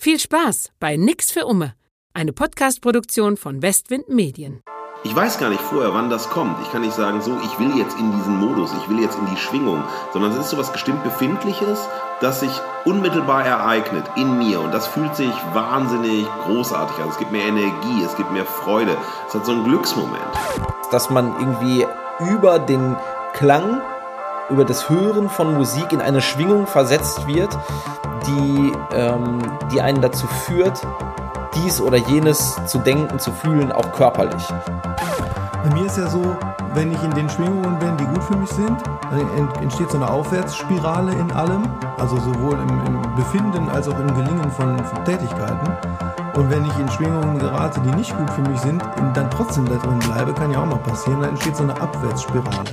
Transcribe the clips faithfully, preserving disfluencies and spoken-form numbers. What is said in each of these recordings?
Viel Spaß bei Nix für Umme, eine Podcast-Produktion von Westwind Medien. Ich weiß gar nicht vorher, wann das kommt. Ich kann nicht sagen, so, ich will jetzt in diesen Modus, ich will jetzt in die Schwingung, sondern es ist so was bestimmt Befindliches, das sich unmittelbar ereignet in mir und das fühlt sich wahnsinnig großartig an. Es gibt mir Energie, es gibt mir Freude, es hat so einen Glücksmoment. Dass man irgendwie über den Klang, über das Hören von Musik in eine Schwingung versetzt wird, die, ähm, die einen dazu führt, dies oder jenes zu denken, zu fühlen, auch körperlich. Bei mir ist ja so, wenn ich in den Schwingungen bin, die gut für mich sind, dann entsteht so eine Aufwärtsspirale in allem, also sowohl im, im Befinden als auch im Gelingen von, von Tätigkeiten. Und wenn ich in Schwingungen gerate, die nicht gut für mich sind, dann trotzdem da drin bleibe, kann ja auch mal passieren, dann entsteht so eine Abwärtsspirale.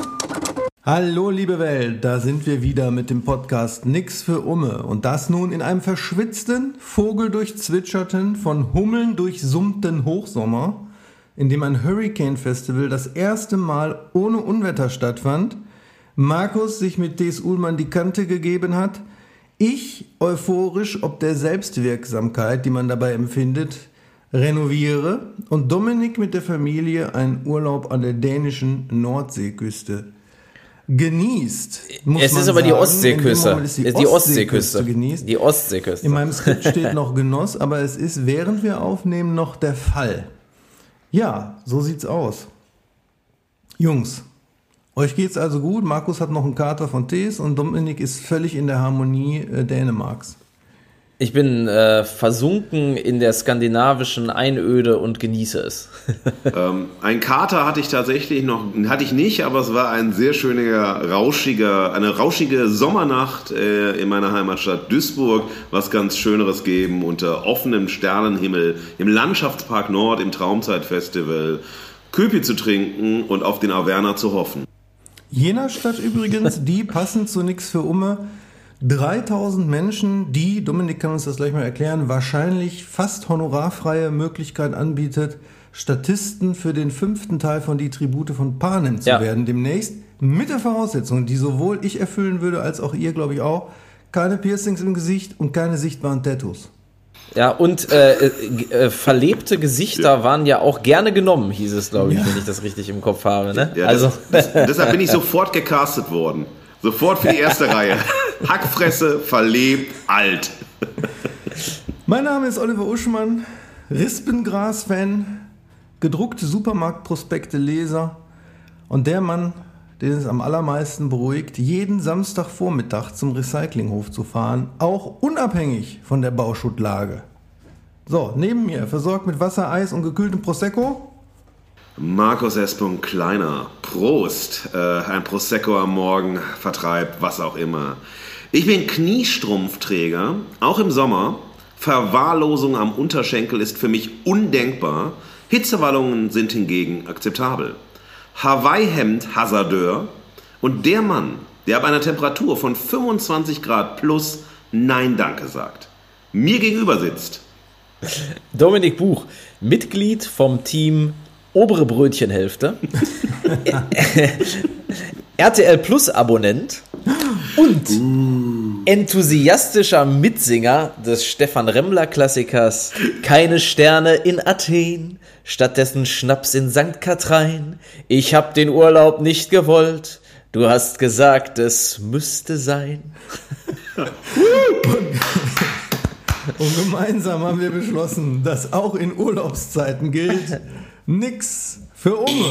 Hallo liebe Welt, da sind wir wieder mit dem Podcast Nix für Umme und das nun in einem verschwitzten, vogeldurchzwitscherten, von Hummeln durchsummten Hochsommer, in dem ein Hurricane Festival das erste Mal ohne Unwetter stattfand, Markus sich mit Des Uhlmann die Kante gegeben hat, ich euphorisch ob der Selbstwirksamkeit, die man dabei empfindet, renoviere und Dominik mit der Familie einen Urlaub an der dänischen Nordseeküste genießt. Muss es man ist aber sagen. die Ostseeküste. Ist die, die Ostseeküste. Ostseeküste genießt. Die Ostseeküste. In meinem Skript steht noch Genoss, aber es ist, während wir aufnehmen, noch der Fall. Ja, so sieht's aus. Jungs, euch geht's also gut. Markus hat noch einen Kater von Tees und Dominik ist völlig in der Harmonie äh, Dänemarks. Ich bin äh, versunken in der skandinavischen Einöde und genieße es. ähm, ein Kater hatte ich tatsächlich noch, hatte ich nicht, aber es war ein sehr schöner, rauschiger, eine rauschige Sommernacht äh, in meiner Heimatstadt Duisburg, was ganz Schöneres geben unter offenem Sternenhimmel im Landschaftspark Nord im Traumzeitfestival Köpi zu trinken und auf den Averna zu hoffen. Jener Stadt übrigens, die passend zu Nix für Umme dreitausend Menschen, die, Dominik kann uns das gleich mal erklären, wahrscheinlich fast honorarfreie Möglichkeit anbietet, Statisten für den fünften Teil von Die Tribute von Panem zu ja. werden demnächst, mit der Voraussetzung, die sowohl ich erfüllen würde, als auch ihr, glaube ich auch, keine Piercings im Gesicht und keine sichtbaren Tattoos. Ja, und äh, äh, verlebte Gesichter ja. waren ja auch gerne genommen, hieß es, glaube ich, ja. wenn ich das richtig im Kopf habe. Ne? Ja, also das, das, deshalb bin ich sofort gecastet worden. Sofort für die erste Reihe. Hackfresse, verlebt, alt. Mein Name ist Oliver Uschmann, Rispengras-Fan, gedruckte Supermarktprospekte-Leser und der Mann, den es am allermeisten beruhigt, jeden Samstagvormittag zum Recyclinghof zu fahren, auch unabhängig von der Bauschuttlage. So, neben mir, versorgt mit Wasser, Eis und gekühltem Prosecco, Markus S. Kleiner, Prost, äh, ein Prosecco am Morgen vertreibt, was auch immer. Ich bin Kniestrumpfträger, auch im Sommer. Verwahrlosung am Unterschenkel ist für mich undenkbar. Hitzewallungen sind hingegen akzeptabel. Hawaii-Hemd Hasardeur und der Mann, der ab einer Temperatur von fünfundzwanzig Grad plus Nein Danke sagt, mir gegenüber sitzt. Dominik Buch, Mitglied vom Team Obere Brötchenhälfte, R T L Plus Abonnent und uh. enthusiastischer Mitsinger des Stefan Remmler Klassikers Keine Sterne in Athen, stattdessen Schnaps in Sankt Katharin. Ich hab den Urlaub nicht gewollt, du hast gesagt, es müsste sein. Und gemeinsam haben wir beschlossen, dass auch in Urlaubszeiten gilt, Nix für Umme.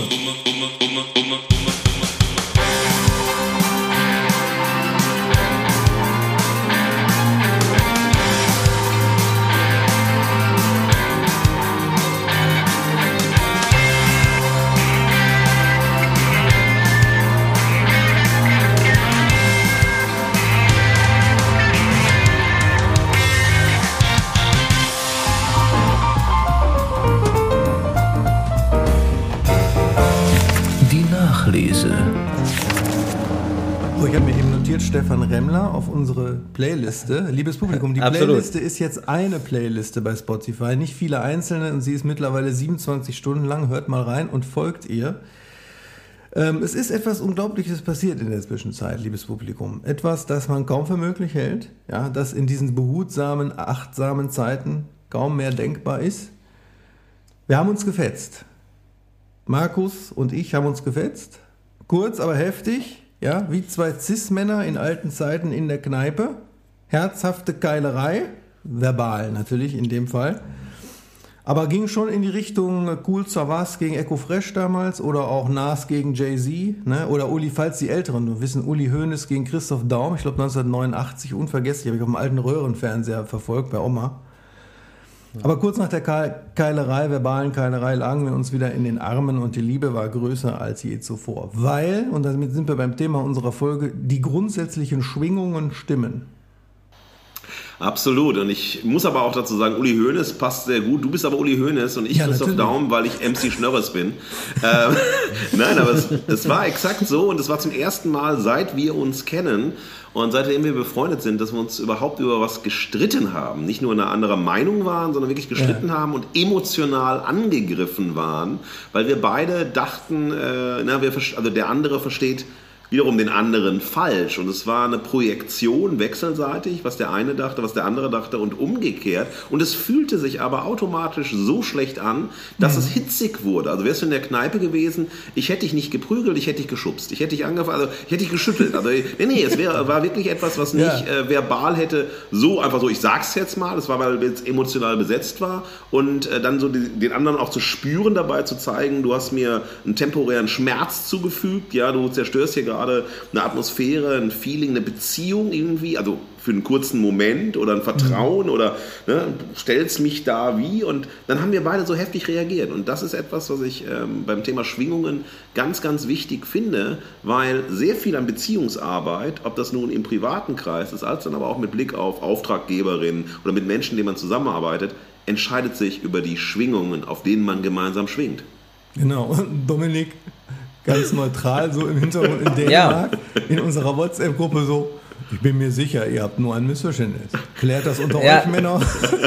Nachlese. Oh, ich habe mir eben notiert, Stefan Remmler auf unsere Playliste. Liebes Publikum, die Absolut. Playliste ist jetzt eine Playliste bei Spotify, nicht viele einzelne und sie ist mittlerweile siebenundzwanzig Stunden lang. Hört mal rein und folgt ihr. Ähm, es ist etwas Unglaubliches passiert in der Zwischenzeit, liebes Publikum. Etwas, das man kaum für möglich hält, ja, das in diesen behutsamen, achtsamen Zeiten kaum mehr denkbar ist. Wir haben uns gefetzt. Markus und ich haben uns gefetzt. Kurz, aber heftig, ja, wie zwei Cis-Männer in alten Zeiten in der Kneipe. Herzhafte Keilerei, verbal natürlich in dem Fall. Aber ging schon in die Richtung Kool Savas gegen Eko Fresh damals oder auch Nas gegen Jay-Z, ne? Oder Uli, falls die Älteren nur wissen, Uli Hoeneß gegen Christoph Daum, ich glaube neunzehnhundertneunundachtzig, unvergesslich, habe ich auf dem alten Röhrenfernseher verfolgt bei Oma. Aber kurz nach der Keilerei, verbalen Keilerei, lagen wir uns wieder in den Armen und die Liebe war größer als je zuvor. Weil, und damit sind wir beim Thema unserer Folge, die grundsätzlichen Schwingungen stimmen. Absolut. Und ich muss aber auch dazu sagen, Uli Hoeneß passt sehr gut. Du bist aber Uli Hoeneß und ich ja, Christoph natürlich. Daum, weil ich M C Schnörres bin. ähm, nein, aber es, es war exakt so und es war zum ersten Mal, seit wir uns kennen und seitdem wir befreundet sind, dass wir uns überhaupt über was gestritten haben. Nicht nur eine andere Meinung waren, sondern wirklich gestritten ja. haben und emotional angegriffen waren, weil wir beide dachten, äh, na, wir, also der andere versteht wiederum den anderen falsch. Und es war eine Projektion wechselseitig, was der eine dachte, was der andere dachte und umgekehrt. Und es fühlte sich aber automatisch so schlecht an, dass mhm. es hitzig wurde. Also wärst du in der Kneipe gewesen, ich hätte dich nicht geprügelt, ich hätte dich geschubst. Ich hätte dich angefangen, also ich hätte dich geschüttelt. Also nee, nee, es wär, war wirklich etwas, was nicht ja. äh, verbal hätte, so einfach so, ich sag's jetzt mal, das war, weil es emotional besetzt war. Und äh, dann so die, den anderen auch zu spüren dabei, zu zeigen, du hast mir einen temporären Schmerz zugefügt, ja, du zerstörst hier gerade gerade eine Atmosphäre, ein Feeling, eine Beziehung irgendwie, also für einen kurzen Moment oder ein Vertrauen mhm. oder ne, stellst mich da wie und dann haben wir beide so heftig reagiert und das ist etwas, was ich ähm, beim Thema Schwingungen ganz, ganz wichtig finde, weil sehr viel an Beziehungsarbeit, ob das nun im privaten Kreis ist, als dann aber auch mit Blick auf Auftraggeberinnen oder mit Menschen, mit denen man zusammenarbeitet, entscheidet sich über die Schwingungen, auf denen man gemeinsam schwingt. Genau, Dominik, ganz neutral, so im Hintergrund in Dänemark, ja. in unserer WhatsApp-Gruppe so, ich bin mir sicher, ihr habt nur ein Missverständnis. Klärt das unter ja. euch Männer.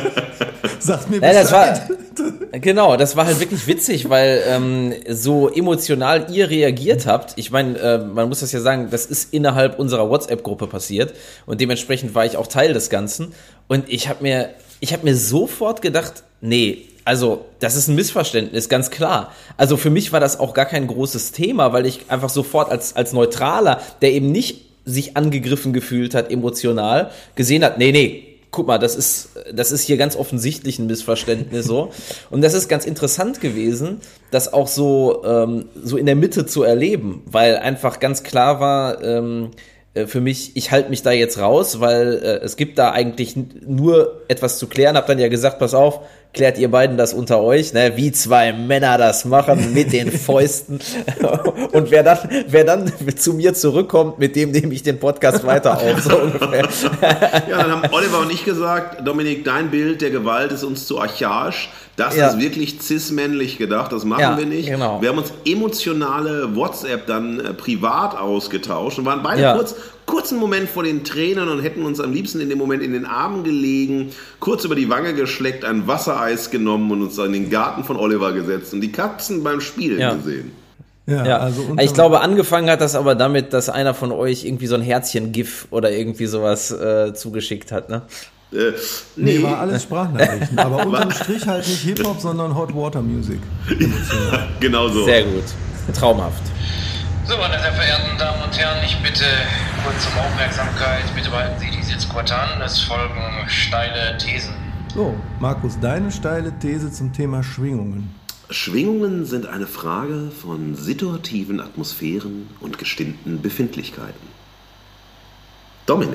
Sagt mir Bescheid. Ja, das war, genau, das war halt wirklich witzig, weil ähm, so emotional ihr reagiert habt. Ich meine, äh, man muss das ja sagen, das ist innerhalb unserer WhatsApp-Gruppe passiert und dementsprechend war ich auch Teil des Ganzen. Und ich habe mir, ich habe mir sofort gedacht, nee, also, das ist ein Missverständnis, ganz klar. Also für mich war das auch gar kein großes Thema, weil ich einfach sofort als, als Neutraler, der eben nicht sich angegriffen gefühlt hat, emotional, gesehen hat, nee, nee, guck mal, das ist, das ist hier ganz offensichtlich ein Missverständnis so. Und das ist ganz interessant gewesen, das auch so, ähm, so in der Mitte zu erleben, weil einfach ganz klar war, ähm, für mich, ich halte mich da jetzt raus, weil äh, es gibt da eigentlich nur etwas zu klären. Hab dann ja gesagt, pass auf, klärt ihr beiden das unter euch, ne? Wie zwei Männer das machen mit den Fäusten. Und wer dann, wer dann zu mir zurückkommt, mit dem nehme ich den Podcast weiter auf. So ungefähr. Ja, dann haben Oliver und ich gesagt, Dominik, dein Bild der Gewalt ist uns zu archaisch. Das ja. ist wirklich cis-männlich gedacht, das machen ja, wir nicht. Genau. Wir haben uns emotionale WhatsApp dann äh, privat ausgetauscht und waren beide ja. kurz, kurzen Moment vor den Tränen und hätten uns am liebsten in dem Moment in den Armen gelegen, kurz über die Wange geschleckt, ein Wassereis genommen und uns in den Garten von Oliver gesetzt und die Katzen beim Spielen ja. gesehen. Ja, ja. Also ich glaube, angefangen hat das aber damit, dass einer von euch irgendwie so ein Herzchen-GIF oder irgendwie sowas äh, zugeschickt hat, ne? Äh, nee. nee, war alles Sprachnachrichten, aber unterm Strich halt nicht Hip-Hop, sondern Hot Water Music. Genau so. Sehr gut, traumhaft. So, meine sehr verehrten Damen und Herren, ich bitte kurz um Aufmerksamkeit. Bitte behalten Sie die Sitzquote an. Es folgen steile Thesen. So, Markus, deine steile These zum Thema Schwingungen. Schwingungen sind eine Frage von situativen Atmosphären und gestimmten Befindlichkeiten. Dominik.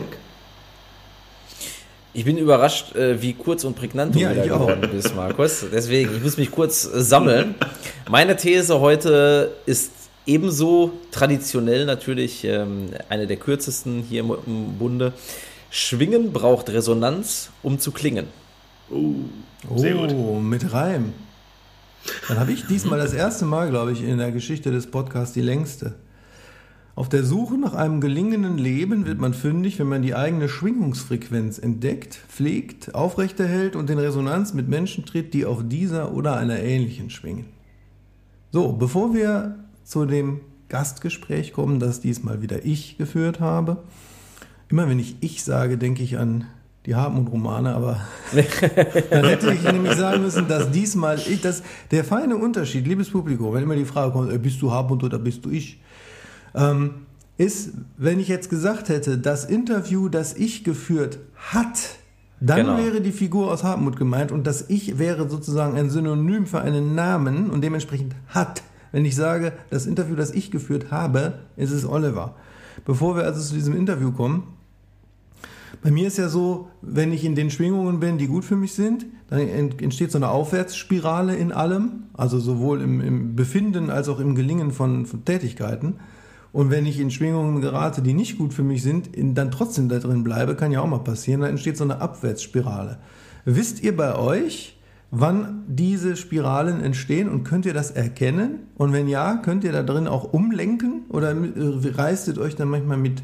Ich bin überrascht, wie kurz und prägnant du ja, wieder geworden bist, Markus. Deswegen, ich muss mich kurz sammeln. Meine These heute ist ebenso traditionell natürlich ähm, eine der kürzesten hier im, im Bunde. Schwingen braucht Resonanz, um zu klingen. Oh, sehr gut. Oh, mit Reim. Dann habe ich diesmal das erste Mal, glaube ich, in der Geschichte des Podcasts die längste. Auf der Suche nach einem gelingenden Leben wird man fündig, wenn man die eigene Schwingungsfrequenz entdeckt, pflegt, aufrechterhält und in Resonanz mit Menschen tritt, die auf dieser oder einer ähnlichen schwingen. So, bevor wir zu dem Gastgespräch kommen, das diesmal wieder ich geführt habe. Immer wenn ich ich sage, denke ich an die Hartmut-Romane, aber dann hätte ich nämlich sagen müssen, dass diesmal ich, das, der feine Unterschied, liebes Publikum, wenn immer die Frage kommt, bist du Hartmut oder bist du ich, ähm, ist, wenn ich jetzt gesagt hätte, das Interview, das ich geführt hat, dann genau. wäre die Figur aus Hartmut gemeint und das Ich wäre sozusagen ein Synonym für einen Namen und dementsprechend hat. Wenn ich sage, das Interview, das ich geführt habe, ist es Oliver. Bevor wir also zu diesem Interview kommen, bei mir ist ja so, wenn ich in den Schwingungen bin, die gut für mich sind, dann entsteht so eine Aufwärtsspirale in allem, also sowohl im, im Befinden als auch im Gelingen von, von Tätigkeiten. Und wenn ich in Schwingungen gerate, die nicht gut für mich sind, in, dann trotzdem da drin bleibe, kann ja auch mal passieren, dann entsteht so eine Abwärtsspirale. Wisst ihr bei euch, wann diese Spiralen entstehen und könnt ihr das erkennen? Und wenn ja, könnt ihr da drin auch umlenken oder reißt ihr euch dann manchmal mit?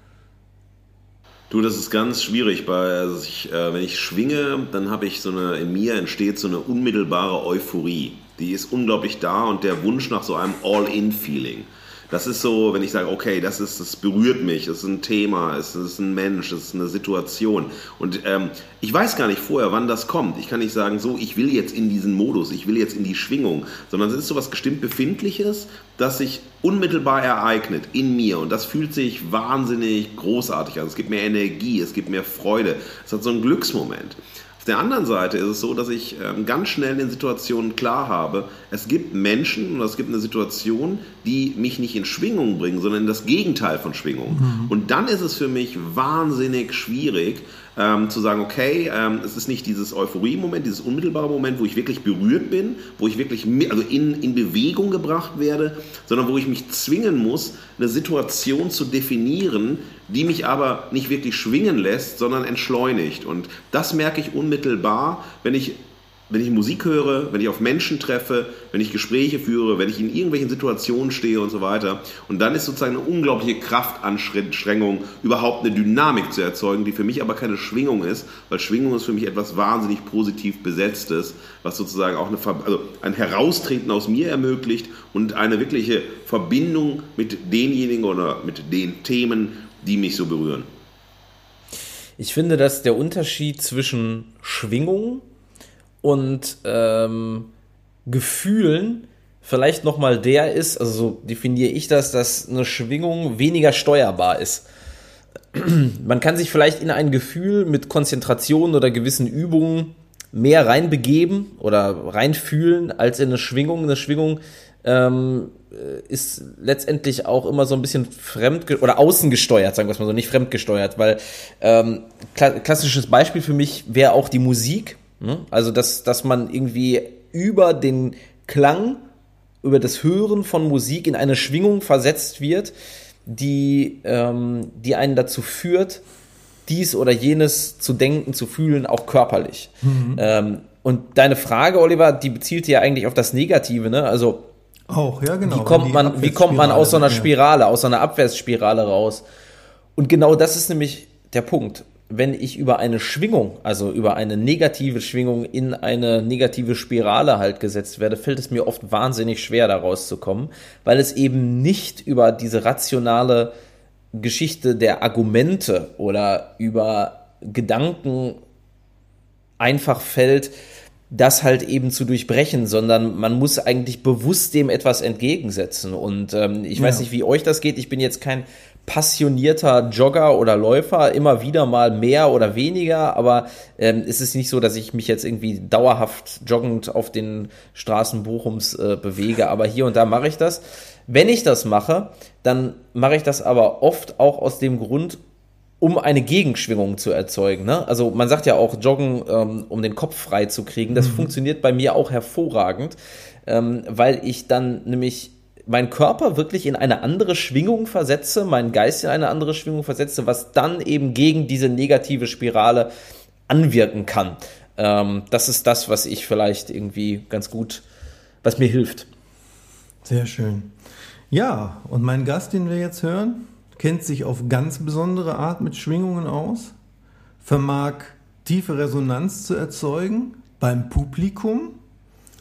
Du, das ist ganz schwierig. Bei, also ich, äh, wenn ich schwinge, dann habe ich so eine, in mir entsteht so eine unmittelbare Euphorie. Die ist unglaublich da und der Wunsch nach so einem All-in-Feeling. Das ist so, wenn ich sage, okay, das ist, das berührt mich, das ist ein Thema, es ist ein Mensch, es ist eine Situation. Und ähm, ich weiß gar nicht vorher, wann das kommt. Ich kann nicht sagen, so, ich will jetzt in diesen Modus, ich will jetzt in die Schwingung, sondern es ist so was bestimmt Befindliches, das sich unmittelbar ereignet in mir. Und das fühlt sich wahnsinnig großartig an. Es gibt mir Energie, es gibt mir Freude, es hat so einen Glücksmoment. Auf der anderen Seite ist es so, dass ich ähm, ganz schnell in Situationen klar habe, es gibt Menschen oder es gibt eine Situation, die mich nicht in Schwingung bringen, sondern in das Gegenteil von Schwingung. Mhm. Und dann ist es für mich wahnsinnig schwierig, ähm, zu sagen, okay, ähm, es ist nicht dieses Euphorie-Moment, dieses unmittelbare Moment, wo ich wirklich berührt bin, wo ich wirklich mit, also in, in Bewegung gebracht werde, sondern wo ich mich zwingen muss, eine Situation zu definieren, die mich aber nicht wirklich schwingen lässt, sondern entschleunigt. Und das merke ich unmittelbar, wenn ich, wenn ich Musik höre, wenn ich auf Menschen treffe, wenn ich Gespräche führe, wenn ich in irgendwelchen Situationen stehe und so weiter. Und dann ist sozusagen eine unglaubliche Kraftanstrengung, überhaupt eine Dynamik zu erzeugen, die für mich aber keine Schwingung ist, weil Schwingung ist für mich etwas wahnsinnig positiv Besetztes, was sozusagen auch eine, also ein Heraustreten aus mir ermöglicht und eine wirkliche Verbindung mit denjenigen oder mit den Themen, die mich so berühren. Ich finde, dass der Unterschied zwischen Schwingung und ähm, Gefühlen vielleicht nochmal der ist, also so definiere ich das, dass eine Schwingung weniger steuerbar ist. Man kann sich vielleicht in ein Gefühl mit Konzentration oder gewissen Übungen mehr reinbegeben oder reinfühlen als in eine Schwingung. Eine Schwingung ähm, ist letztendlich auch immer so ein bisschen fremd oder außengesteuert, sagen wir es mal so, nicht fremdgesteuert, weil ähm, kla- klassisches Beispiel für mich wäre auch die Musik, ne? Also dass, dass man irgendwie über den Klang, über das Hören von Musik in eine Schwingung versetzt wird, die, ähm, die einen dazu führt, dies oder jenes zu denken, zu fühlen, auch körperlich. Mhm. Ähm, und deine Frage, Oliver, die bezielt ja eigentlich auf das Negative, ne? Also auch, ja, genau. Wie kommt man, wie kommt man aus so einer Spirale, aus so einer Abwärtsspirale raus? Und genau das ist nämlich der Punkt. Wenn ich über eine Schwingung, also über eine negative Schwingung in eine negative Spirale halt gesetzt werde, fällt es mir oft wahnsinnig schwer, da rauszukommen, weil es eben nicht über diese rationale Geschichte der Argumente oder über Gedanken einfach fällt, das halt eben zu durchbrechen, sondern man muss eigentlich bewusst dem etwas entgegensetzen. Und ähm, ich ja. weiß nicht, wie euch das geht. Ich bin jetzt kein passionierter Jogger oder Läufer, immer wieder mal mehr oder weniger, aber ähm, es ist nicht so, dass ich mich jetzt irgendwie dauerhaft joggend auf den Straßen Bochums äh, bewege, aber hier und da mache ich das. Wenn ich das mache, dann mache ich das aber oft auch aus dem Grund, um eine Gegenschwingung zu erzeugen. Ne? Also man sagt ja auch Joggen, ähm, um den Kopf frei zu kriegen. Das mhm. funktioniert bei mir auch hervorragend, ähm, weil ich dann nämlich meinen Körper wirklich in eine andere Schwingung versetze, meinen Geist in eine andere Schwingung versetze, was dann eben gegen diese negative Spirale anwirken kann. Ähm, das ist das, was ich vielleicht irgendwie ganz gut, was mir hilft. Sehr schön. Ja, und mein Gast, den wir jetzt hören, kennt sich auf ganz besondere Art mit Schwingungen aus, vermag tiefe Resonanz zu erzeugen beim Publikum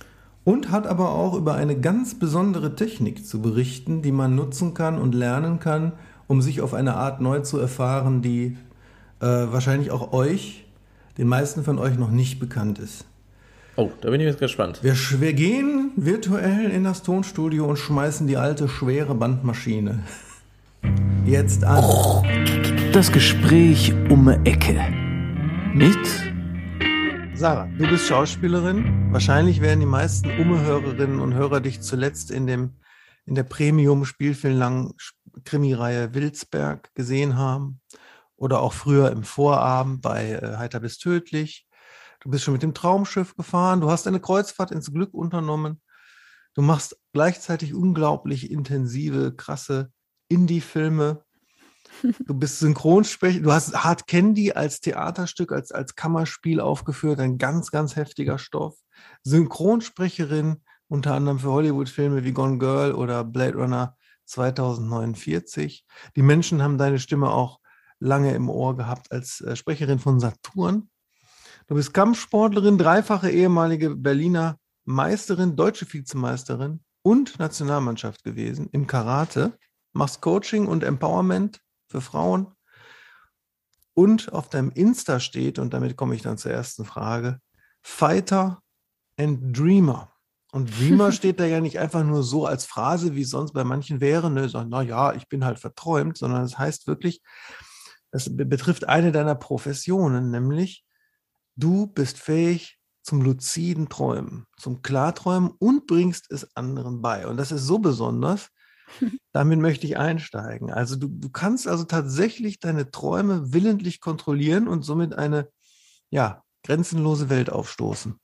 Und hat aber auch über eine ganz besondere Technik zu berichten, die man nutzen kann und lernen kann, um sich auf eine Art neu zu erfahren, die äh, wahrscheinlich auch euch, den meisten von euch, noch nicht bekannt ist. Oh, da bin ich jetzt gespannt. Wir, wir gehen virtuell in das Tonstudio und schmeißen die alte, schwere Bandmaschine jetzt an. Das Gespräch um die Ecke. Mit Sarah, du bist Schauspielerin. Wahrscheinlich werden die meisten Umme-Hörerinnen und Hörer dich zuletzt in, dem, in der Premium-Spielfilmlangen Krimireihe Wilsberg gesehen haben. Oder auch früher im Vorabend bei äh, Heiter bis tödlich. Du bist schon mit dem Traumschiff gefahren, du hast eine Kreuzfahrt ins Glück unternommen. Du machst gleichzeitig unglaublich intensive, krasse Indie-Filme. Du bist Synchronsprecher, du hast Hard Candy als Theaterstück, als, als Kammerspiel aufgeführt, ein ganz, ganz heftiger Stoff. Synchronsprecherin, unter anderem für Hollywood-Filme wie Gone Girl oder Blade Runner zweitausendneunundvierzig. Die Menschen haben deine Stimme auch lange im Ohr gehabt als äh, Sprecherin von Saturn. Du bist Kampfsportlerin, dreifache ehemalige Berliner Meisterin, deutsche Vizemeisterin und Nationalmannschaft gewesen im Karate. Machst Coaching und Empowerment für Frauen. Und auf deinem Insta steht, und damit komme ich dann zur ersten Frage, Fighter and Dreamer. Und Dreamer steht da ja nicht einfach nur so als Phrase, wie es sonst bei manchen wäre, ne, so, na ja, ich bin halt verträumt, sondern es heißt wirklich, es betrifft eine deiner Professionen, nämlich du bist fähig zum luziden Träumen, zum Klarträumen und bringst es anderen bei. Und das ist so besonders, damit möchte ich einsteigen. Also du, du kannst also tatsächlich deine Träume willentlich kontrollieren und somit eine, ja, grenzenlose Welt aufstoßen.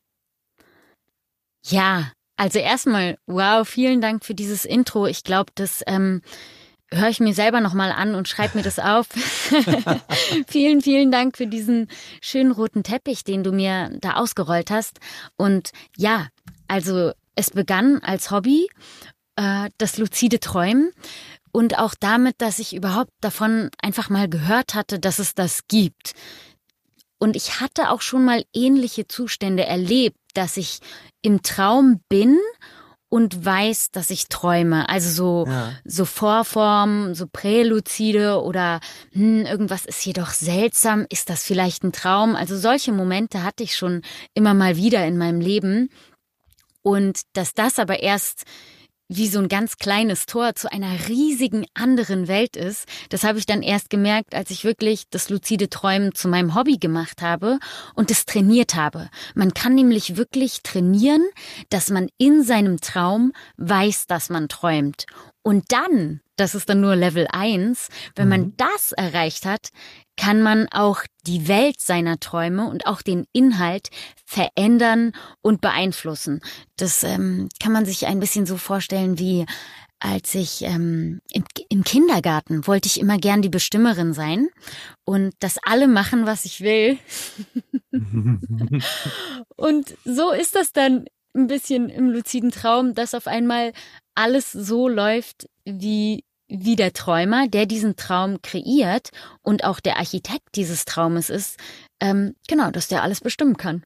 Ja, also erstmal, wow, vielen Dank für dieses Intro. Ich glaube, das ähm, höre ich mir selber nochmal an und schreibe mir das auf. Vielen, vielen Dank für diesen schönen roten Teppich, den du mir da ausgerollt hast. Und ja, also es begann als Hobby, äh, das luzide Träumen. Und auch damit, dass ich überhaupt davon einfach mal gehört hatte, dass es das gibt. Und ich hatte auch schon mal ähnliche Zustände erlebt, dass ich im Traum bin und weiß, dass ich träume. Also so, ja. so Vorformen, so präluzide oder hm, irgendwas ist hier doch seltsam. Ist das vielleicht ein Traum? Also solche Momente hatte ich schon immer mal wieder in meinem Leben. Und dass das aber erst wie so ein ganz kleines Tor zu einer riesigen anderen Welt ist, das habe ich dann erst gemerkt, als ich wirklich das luzide Träumen zu meinem Hobby gemacht habe und es trainiert habe. Man kann nämlich wirklich trainieren, dass man in seinem Traum weiß, dass man träumt. Und dann, das ist dann nur Level eins, wenn man das erreicht hat, kann man auch die Welt seiner Träume und auch den Inhalt verändern und beeinflussen. Das ähm, kann man sich ein bisschen so vorstellen wie, als ich ähm, im, im Kindergarten wollte ich immer gern die Bestimmerin sein und dass alle machen, was ich will. Und so ist das dann ein bisschen im luziden Traum, dass auf einmal alles so läuft, wie wie der Träumer, der diesen Traum kreiert und auch der Architekt dieses Traumes ist, ähm, genau, dass der alles bestimmen kann.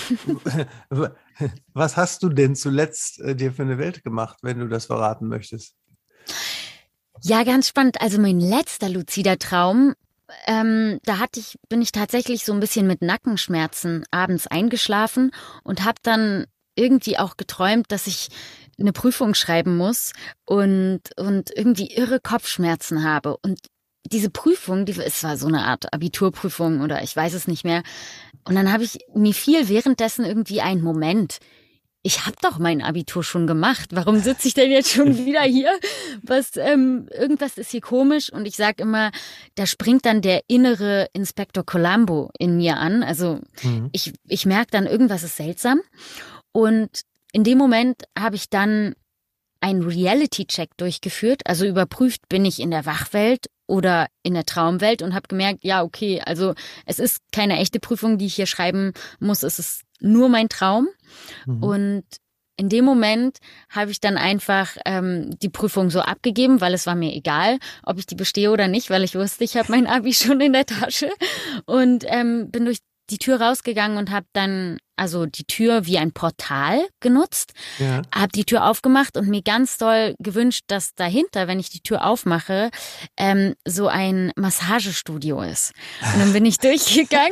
Was hast du denn zuletzt äh, dir für eine Welt gemacht, wenn du das verraten möchtest? Ja, ganz spannend. Also mein letzter luzider Traum, ähm, da hatte ich, bin ich tatsächlich so ein bisschen mit Nackenschmerzen abends eingeschlafen und habe dann irgendwie auch geträumt, dass ich eine Prüfung schreiben muss und und irgendwie irre Kopfschmerzen habe. Und diese Prüfung, die, es war so eine Art Abiturprüfung oder ich weiß es nicht mehr. Und dann habe ich, mir fiel währenddessen irgendwie ein Moment, ich habe doch mein Abitur schon gemacht. Warum sitze ich denn jetzt schon wieder hier? Was, ähm, irgendwas ist hier komisch. Und ich sage immer, da springt dann der innere Inspektor Columbo in mir an. Also mhm. ich, ich merke dann, irgendwas ist seltsam. Und in dem Moment habe ich dann einen Reality-Check durchgeführt, also überprüft, bin ich in der Wachwelt oder in der Traumwelt und habe gemerkt, ja, okay, also es ist keine echte Prüfung, die ich hier schreiben muss, es ist nur mein Traum. Mhm. Und in dem Moment habe ich dann einfach ähm, die Prüfung so abgegeben, weil es war mir egal, ob ich die bestehe oder nicht, weil ich wusste, ich habe mein Abi schon in der Tasche und ähm, bin durch die Tür rausgegangen und habe dann also die Tür wie ein Portal genutzt, Ja. habe die Tür aufgemacht und mir ganz doll gewünscht, dass dahinter, wenn ich die Tür aufmache, ähm, so ein Massagestudio ist. Und dann bin ich durchgegangen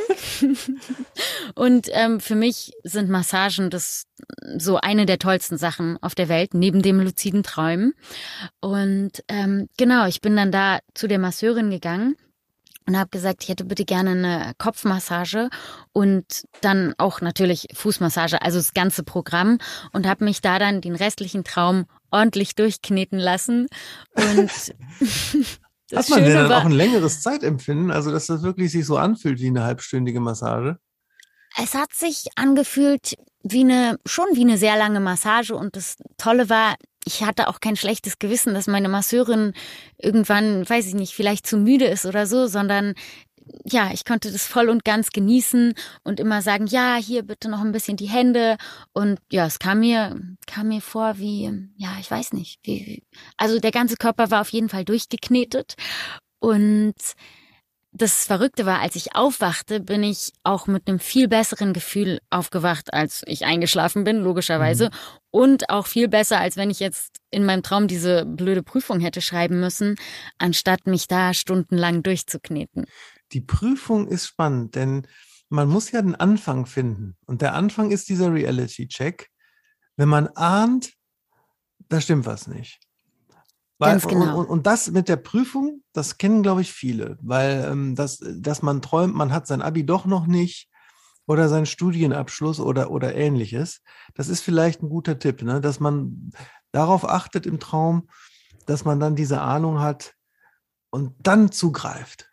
und ähm, für mich sind Massagen das so eine der tollsten Sachen auf der Welt, neben dem luziden Träumen. Und ähm, genau, ich bin dann da zu der Masseurin gegangen und habe gesagt, ich hätte bitte gerne eine Kopfmassage und dann auch natürlich Fußmassage, also das ganze Programm, und habe mich da dann den restlichen Traum ordentlich durchkneten lassen. Und das Hat man denn Schöne dann war, auch ein längeres Zeitempfinden, also dass das wirklich sich so anfühlt wie eine halbstündige Massage? es hat sich angefühlt wie eine, schon wie eine sehr lange Massage, und das Tolle war, ich hatte auch kein schlechtes Gewissen, dass meine Masseurin irgendwann, weiß ich nicht, vielleicht zu müde ist oder so, sondern ja, ich konnte das voll und ganz genießen und immer sagen, ja, hier bitte noch ein bisschen die Hände, und ja, es kam mir, kam mir vor wie, ja, ich weiß nicht, wie, also der ganze Körper war auf jeden Fall durchgeknetet. Und das Verrückte war, als ich aufwachte, bin ich auch mit einem viel besseren Gefühl aufgewacht, als ich eingeschlafen bin, logischerweise. Mhm. Und auch viel besser, als wenn ich jetzt in meinem Traum diese blöde Prüfung hätte schreiben müssen, anstatt mich da stundenlang durchzukneten. Die Prüfung ist spannend, denn man muss ja den Anfang finden. Und der Anfang ist dieser Reality-Check. Wenn man ahnt, da stimmt was nicht. Weil, Ganz genau. Und, und das mit der Prüfung, das kennen, glaube ich, viele, weil ähm, das, dass man träumt, man hat sein Abi doch noch nicht oder seinen Studienabschluss oder, oder ähnliches. Das ist vielleicht ein guter Tipp, ne? Dass man darauf achtet im Traum, dass man dann diese Ahnung hat und dann zugreift.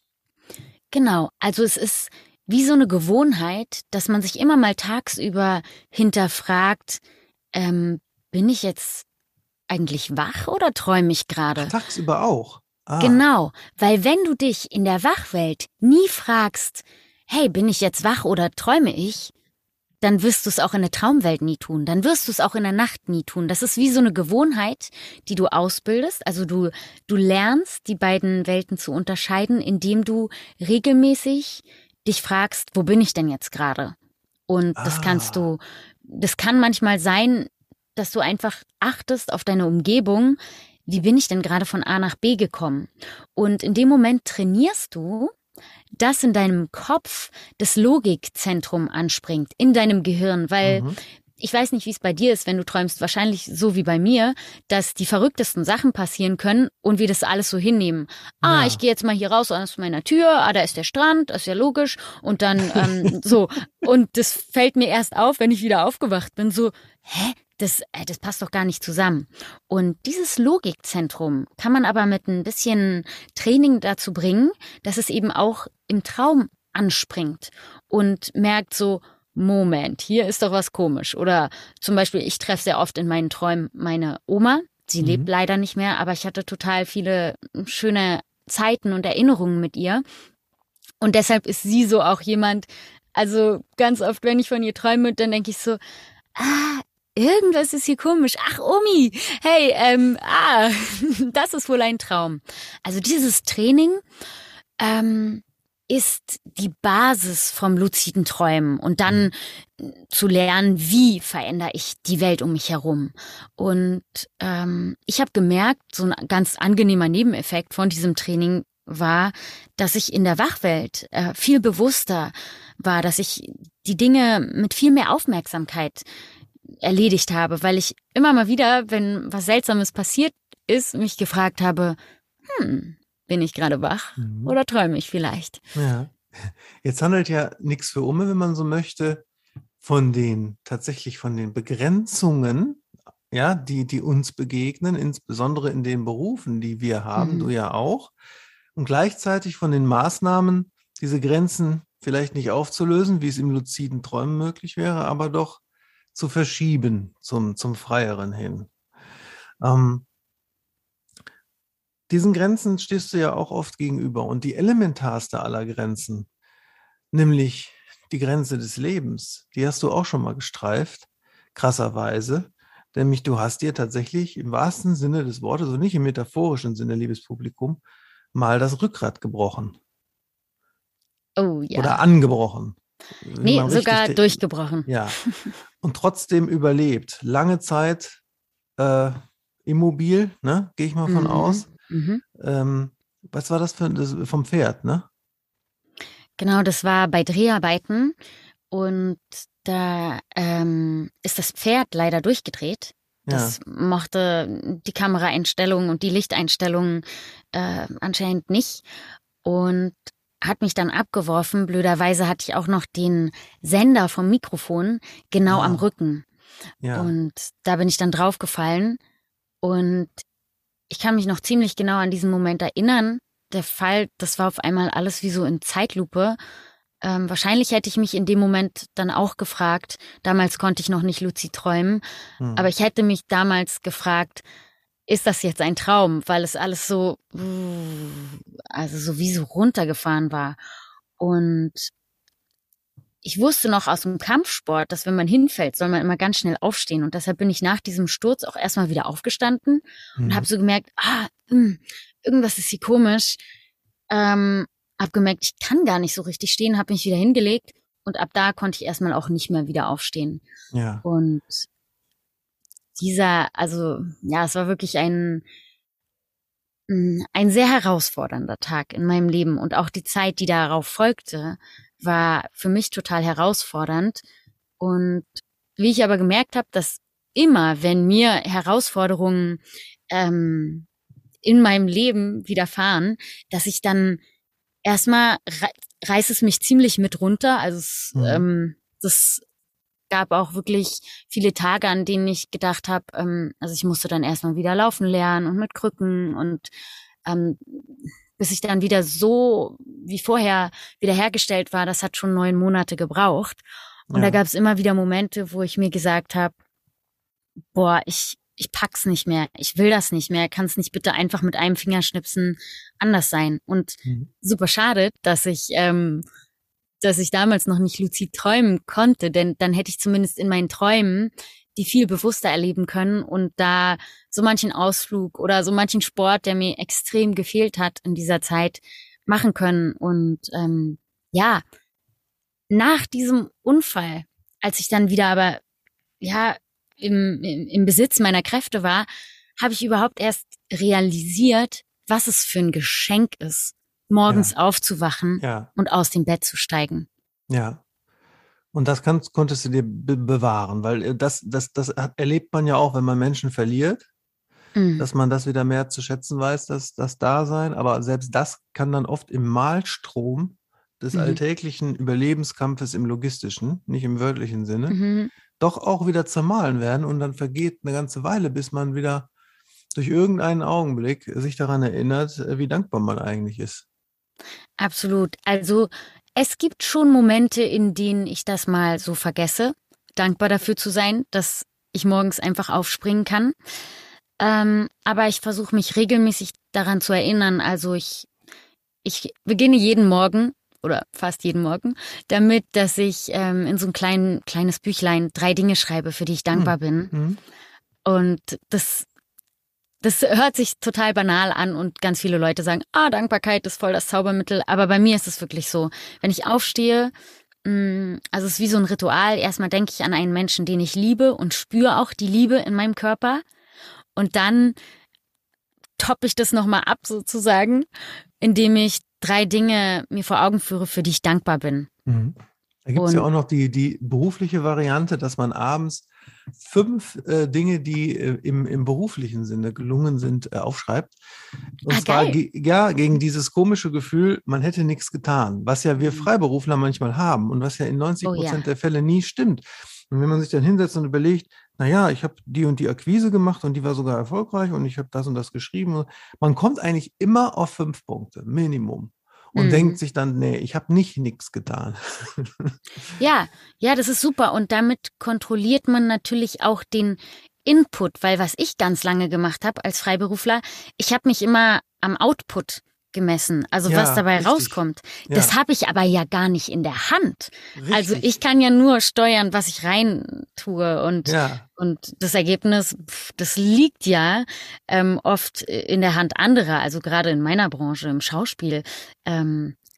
Genau, also es ist wie so eine Gewohnheit, dass man sich immer mal tagsüber hinterfragt, ähm, bin ich jetzt eigentlich wach oder träume ich gerade? Tagsüber auch. Ah. Genau, weil wenn du dich in der Wachwelt nie fragst, hey, bin ich jetzt wach oder träume ich, dann wirst du es auch in der Traumwelt nie tun. Dann wirst du es auch in der Nacht nie tun. Das ist wie so eine Gewohnheit, die du ausbildest. Also du, du lernst, die beiden Welten zu unterscheiden, indem du regelmäßig dich fragst, wo bin ich denn jetzt gerade? Und das Ah. kannst du, das kann manchmal sein, dass du einfach achtest auf deine Umgebung. Wie bin ich denn gerade von A nach B gekommen? Und in dem Moment trainierst du, dass in deinem Kopf das Logikzentrum anspringt, in deinem Gehirn, weil Mhm. ich weiß nicht, wie es bei dir ist, wenn du träumst, wahrscheinlich so wie bei mir, dass die verrücktesten Sachen passieren können und wir das alles so hinnehmen. Ah, Ja. ich gehe jetzt mal hier raus aus meiner Tür, ah, da ist der Strand, das ist ja logisch, und dann ähm, so. Und das fällt mir erst auf, wenn ich wieder aufgewacht bin, so, hä? Das, äh, das passt doch gar nicht zusammen. Und dieses Logikzentrum kann man aber mit ein bisschen Training dazu bringen, dass es eben auch im Traum anspringt und merkt so, Moment, hier ist doch was komisch. Oder zum Beispiel, ich treffe sehr oft in meinen Träumen meine Oma. Sie Mhm. lebt leider nicht mehr, aber ich hatte total viele schöne Zeiten und Erinnerungen mit ihr. Und deshalb ist sie so auch jemand, also ganz oft, wenn ich von ihr träume, dann denke ich so, ah, irgendwas ist hier komisch. Ach, Omi, hey, ähm, ah, das ist wohl ein Traum. Also dieses Training ähm, ist die Basis vom luziden Träumen und dann zu lernen, wie verändere ich die Welt um mich herum. Und ähm, ich habe gemerkt, so ein ganz angenehmer Nebeneffekt von diesem Training war, dass ich in der Wachwelt äh, viel bewusster war, dass ich die Dinge mit viel mehr Aufmerksamkeit erledigt habe, weil ich immer mal wieder, wenn was Seltsames passiert ist, mich gefragt habe, hm, bin ich gerade wach Mhm. oder träume ich vielleicht? Ja. Jetzt handelt ja nichts für Umme, wenn man so möchte, von den, tatsächlich von den Begrenzungen, ja, die, die uns begegnen, insbesondere in den Berufen, die wir haben, Mhm. du ja auch, und gleichzeitig von den Maßnahmen, diese Grenzen vielleicht nicht aufzulösen, wie es im luziden Träumen möglich wäre, aber doch zu verschieben zum, zum Freieren hin. Ähm, diesen Grenzen stehst du ja auch oft gegenüber. Und die elementarste aller Grenzen, nämlich die Grenze des Lebens, die hast du auch schon mal gestreift, krasserweise. Nämlich du hast dir tatsächlich im wahrsten Sinne des Wortes, und nicht im metaphorischen Sinne, liebes Publikum, mal das Rückgrat gebrochen Oh ja. oder angebrochen. Nee, Mal richtig sogar de- durchgebrochen. Ja. Und trotzdem überlebt. Lange Zeit äh, immobil, ne? Gehe ich mal von Mhm. aus. Mhm. Ähm, was war das für das, vom Pferd, ne? Genau, das war bei Dreharbeiten und da ähm, ist das Pferd leider durchgedreht. Ja. Das mochte die Kameraeinstellungen und die Lichteinstellungen äh, anscheinend nicht und hat mich dann abgeworfen. Blöderweise hatte ich auch noch den Sender vom Mikrofon genau Ah. am Rücken. Ja. Und da bin ich dann draufgefallen und ich kann mich noch ziemlich genau an diesen Moment erinnern. Der Fall, das war auf einmal alles wie so in Zeitlupe. Ähm, wahrscheinlich hätte ich mich in dem Moment dann auch gefragt, damals konnte ich noch nicht luzid träumen, Hm. aber ich hätte mich damals gefragt, ist das jetzt ein Traum? Weil es alles so, also so wie so runtergefahren war. Und ich wusste noch aus dem Kampfsport, dass wenn man hinfällt, soll man immer ganz schnell aufstehen. Und deshalb bin ich nach diesem Sturz auch erstmal wieder aufgestanden und Mhm. habe so gemerkt, ah, mh, irgendwas ist hier komisch. Ähm, hab gemerkt, ich kann gar nicht so richtig stehen, habe mich wieder hingelegt und ab da konnte ich erstmal auch nicht mehr wieder aufstehen. Ja. Und dieser, also ja, es war wirklich ein mh, ein sehr herausfordernder Tag in meinem Leben und auch die Zeit, die darauf folgte, war für mich total herausfordernd. Und wie ich aber gemerkt habe, dass immer, wenn mir Herausforderungen ähm, in meinem Leben widerfahren, dass ich dann erstmal rei reiß es mich ziemlich mit runter. Also es, Mhm. ähm, das gab auch wirklich viele Tage, an denen ich gedacht habe, ähm, also ich musste dann erstmal wieder laufen lernen und mit Krücken und ähm, bis ich dann wieder so wie vorher wiederhergestellt war, das hat schon neun Monate gebraucht. Und Ja. da gab es immer wieder Momente, wo ich mir gesagt habe, boah, ich ich pack's nicht mehr, ich will das nicht mehr, kann es nicht bitte einfach mit einem Fingerschnipsen anders sein. Und Mhm. super schade, dass ich ähm, dass ich damals noch nicht luzid träumen konnte, denn dann hätte ich zumindest in meinen Träumen die viel bewusster erleben können und da so manchen Ausflug oder so manchen Sport, der mir extrem gefehlt hat in dieser Zeit, machen können. Und ähm, ja, nach diesem Unfall, als ich dann wieder aber ja im, im, im Besitz meiner Kräfte war, habe ich überhaupt erst realisiert, was es für ein Geschenk ist, morgens aufzuwachen Ja. und aus dem Bett zu steigen. Ja. Und das kannst, konntest du dir be bewahren, weil äh, das, das, das hat, erlebt man ja auch, wenn man Menschen verliert, Mhm. dass man das wieder mehr zu schätzen weiß, dass das Dasein. Aber selbst das kann dann oft im Malstrom des Mhm. alltäglichen Überlebenskampfes im logistischen, nicht im wörtlichen Sinne, Mhm. doch auch wieder zermahlen werden. Und dann vergeht eine ganze Weile, bis man wieder durch irgendeinen Augenblick sich daran erinnert, äh, wie dankbar man eigentlich ist. Absolut. Also es gibt schon Momente, in denen ich das mal so vergesse, dankbar dafür zu sein, dass ich morgens einfach aufspringen kann. Ähm, aber ich versuche mich regelmäßig daran zu erinnern. Also ich, ich beginne jeden Morgen oder fast jeden Morgen damit, dass ich ähm, in so ein klein, kleines Büchlein drei Dinge schreibe, für die ich dankbar bin. Mhm. Und das, das hört sich total banal an und ganz viele Leute sagen, ah, Dankbarkeit ist voll das Zaubermittel. Aber bei mir ist es wirklich so. Wenn ich aufstehe, mh, also es ist wie so ein Ritual. Erstmal denke ich an einen Menschen, den ich liebe und spüre auch die Liebe in meinem Körper. Und dann toppe ich das nochmal ab sozusagen, indem ich drei Dinge mir vor Augen führe, für die ich dankbar bin. Mhm. Da gibt es ja Und- auch noch die, die berufliche Variante, dass man abends fünf äh, Dinge, die äh, im, im beruflichen Sinne gelungen sind, äh, aufschreibt. Und Ah, zwar geil. ge ja, gegen dieses komische Gefühl, man hätte nichts getan, was ja wir Freiberufler manchmal haben und was ja in neunzig Oh ja. Prozent der Fälle nie stimmt. Und wenn man sich dann hinsetzt und überlegt, naja, ich habe die und die Akquise gemacht und die war sogar erfolgreich und ich habe das und das geschrieben. Man kommt eigentlich immer auf fünf Punkte, Minimum. Und Mhm. denkt sich dann, nee, ich habe nicht nichts getan. Ja, ja, das ist super. Und damit kontrolliert man natürlich auch den Input, weil was ich ganz lange gemacht habe als Freiberufler, ich habe mich immer am Output gemessen, also Ja, was dabei richtig. rauskommt. Ja. Das habe ich aber ja gar nicht in der Hand. Also Richtig. ich kann ja nur steuern, was ich rein tue und Ja, Und das Ergebnis, pf, das liegt ja ähm, oft in der Hand anderer, also gerade in meiner Branche, im Schauspiel. Ähm,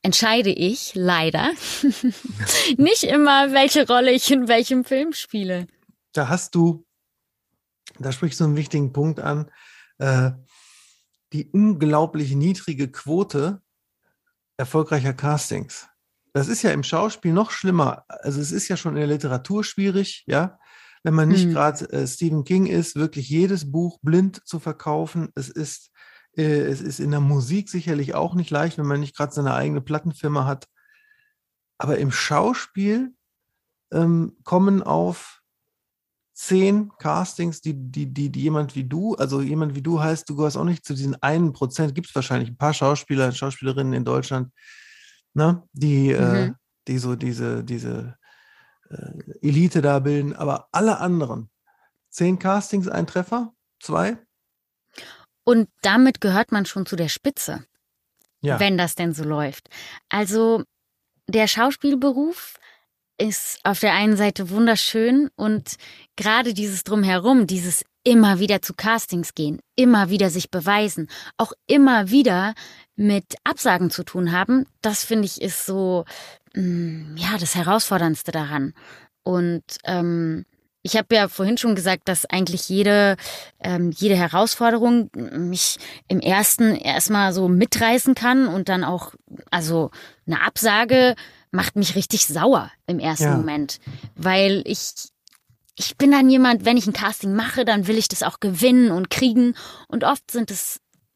entscheide ich leider nicht immer, welche Rolle ich in welchem Film spiele. Da hast du, da sprichst du einen wichtigen Punkt an, äh, die unglaublich niedrige Quote erfolgreicher Castings. Das ist ja im Schauspiel noch schlimmer. Also es ist ja schon in der Literatur schwierig, ja, wenn man nicht Hm. gerade äh, Stephen King ist, wirklich jedes Buch blind zu verkaufen. Es ist, äh, es ist in der Musik sicherlich auch nicht leicht, wenn man nicht gerade seine eigene Plattenfirma hat. Aber im Schauspiel ähm, kommen auf zehn Castings, die, die, die, die jemand wie du, also jemand wie du heißt, du gehörst auch nicht zu diesen einen Prozent, gibt es wahrscheinlich ein paar Schauspieler, Schauspielerinnen in Deutschland, ne, die, Mhm. äh, die so diese, diese äh, Elite da bilden, aber alle anderen, zehn Castings, ein Treffer, zwei? Und damit gehört man schon zu der Spitze, Ja. wenn das denn so läuft. Also der Schauspielberuf ist auf der einen Seite wunderschön und gerade dieses Drumherum, dieses immer wieder zu Castings gehen, immer wieder sich beweisen, auch immer wieder mit Absagen zu tun haben, das finde ich ist so, mh, ja, das Herausforderndste daran. Und ähm, ich habe ja vorhin schon gesagt, dass eigentlich jede, ähm, jede Herausforderung mich im ersten erstmal so mitreißen kann und dann auch, also eine Absage macht mich richtig sauer im ersten Ja. Moment, weil ich, ich bin dann jemand, wenn ich ein Casting mache, dann will ich das auch gewinnen und kriegen und oft sind es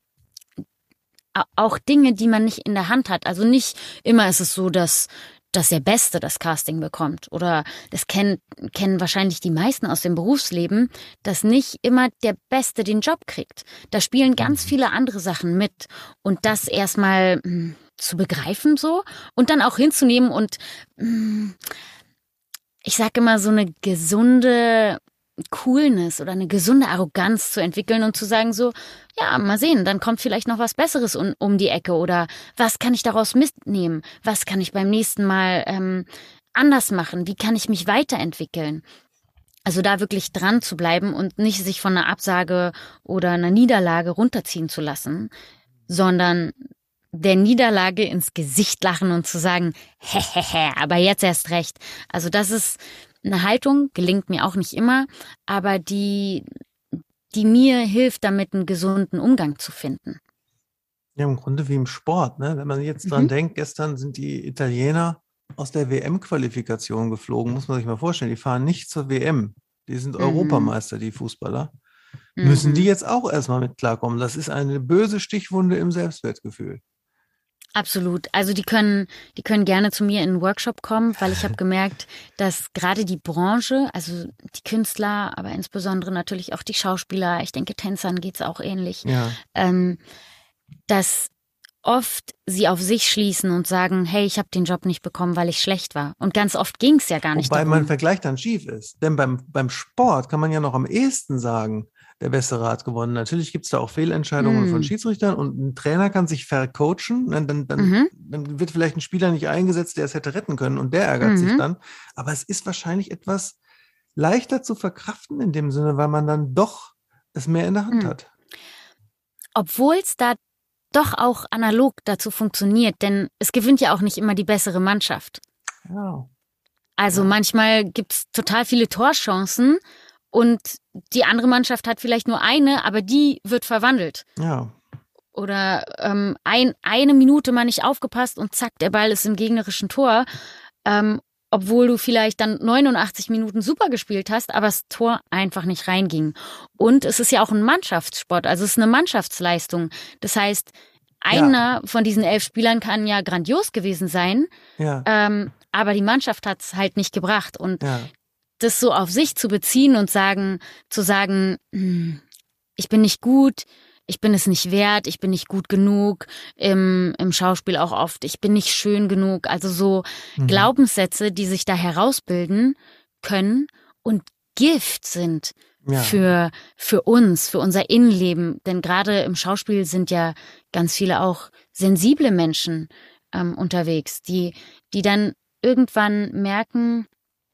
a- auch Dinge, die man nicht in der Hand hat. Also nicht immer ist es so, dass dass der Beste das Casting bekommt. Oder das kennen, kennen wahrscheinlich die meisten aus dem Berufsleben, dass nicht immer der Beste den Job kriegt. Da spielen ganz viele andere Sachen mit. Und das erstmal mh, zu begreifen so und dann auch hinzunehmen und mh, ich sage immer so eine gesunde Coolness oder eine gesunde Arroganz zu entwickeln und zu sagen so, ja, mal sehen, dann kommt vielleicht noch was Besseres um, um die Ecke oder was kann ich daraus mitnehmen? Was kann ich beim nächsten Mal ähm, anders machen? Wie kann ich mich weiterentwickeln? Also da wirklich dran zu bleiben und nicht sich von einer Absage oder einer Niederlage runterziehen zu lassen, sondern der Niederlage ins Gesicht lachen und zu sagen, hehehe, aber jetzt erst recht. Also das ist eine Haltung, gelingt mir auch nicht immer, aber die, die mir hilft, damit einen gesunden Umgang zu finden. Ja, im Grunde wie im Sport, ne? Wenn man jetzt Mhm. dran denkt, gestern sind die Italiener aus der W M-Qualifikation geflogen, muss man sich mal vorstellen, die fahren nicht zur W M. Die sind Mhm. Europameister, die Fußballer. Müssen Mhm. die jetzt auch erstmal mit klarkommen? Das ist eine böse Stichwunde im Selbstwertgefühl. Absolut. Also die können, die können gerne zu mir in einen Workshop kommen, weil ich habe gemerkt, dass gerade die Branche, also die Künstler, aber insbesondere natürlich auch die Schauspieler, ich denke Tänzern geht's auch ähnlich, Ja. ähm, dass oft sie auf sich schließen und sagen, hey, ich habe den Job nicht bekommen, weil ich schlecht war. Und ganz oft ging's ja gar nicht Wobei darum. mein Vergleich dann schief ist. Denn beim, beim Sport kann man ja noch am ehesten sagen, der Bessere hat gewonnen. Natürlich gibt es da auch Fehlentscheidungen Mm. von Schiedsrichtern und ein Trainer kann sich vercoachen. Dann, dann, dann, Mhm. dann wird vielleicht ein Spieler nicht eingesetzt, der es hätte retten können und der ärgert Mhm. sich dann. Aber es ist wahrscheinlich etwas leichter zu verkraften in dem Sinne, weil man dann doch es mehr in der Hand Mhm. hat. Obwohl es da doch auch analog dazu funktioniert, denn es gewinnt ja auch nicht immer die bessere Mannschaft. Ja. Also Ja. manchmal gibt's total viele Torchancen und die andere Mannschaft hat vielleicht nur eine, aber die wird verwandelt. Ja. Oder ähm, ein, eine Minute mal nicht aufgepasst und zack, der Ball ist im gegnerischen Tor. Ähm, obwohl du vielleicht dann neunundachtzig Minuten super gespielt hast, aber das Tor einfach nicht reinging. Und es ist ja auch ein Mannschaftssport, also es ist eine Mannschaftsleistung. Das heißt, einer von diesen elf Spielern kann ja grandios gewesen sein, Ja. ähm, aber die Mannschaft hat es halt nicht gebracht. Und Ja. das so auf sich zu beziehen und sagen, zu sagen, hm, ich bin nicht gut, ich bin es nicht wert, ich bin nicht gut genug, im, im Schauspiel auch oft, ich bin nicht schön genug. Also so Mhm. Glaubenssätze, die sich da herausbilden können und Gift sind Ja. für, für uns, für unser Innenleben. Denn gerade im Schauspiel sind ja ganz viele auch sensible Menschen ähm, unterwegs, die, die dann irgendwann merken,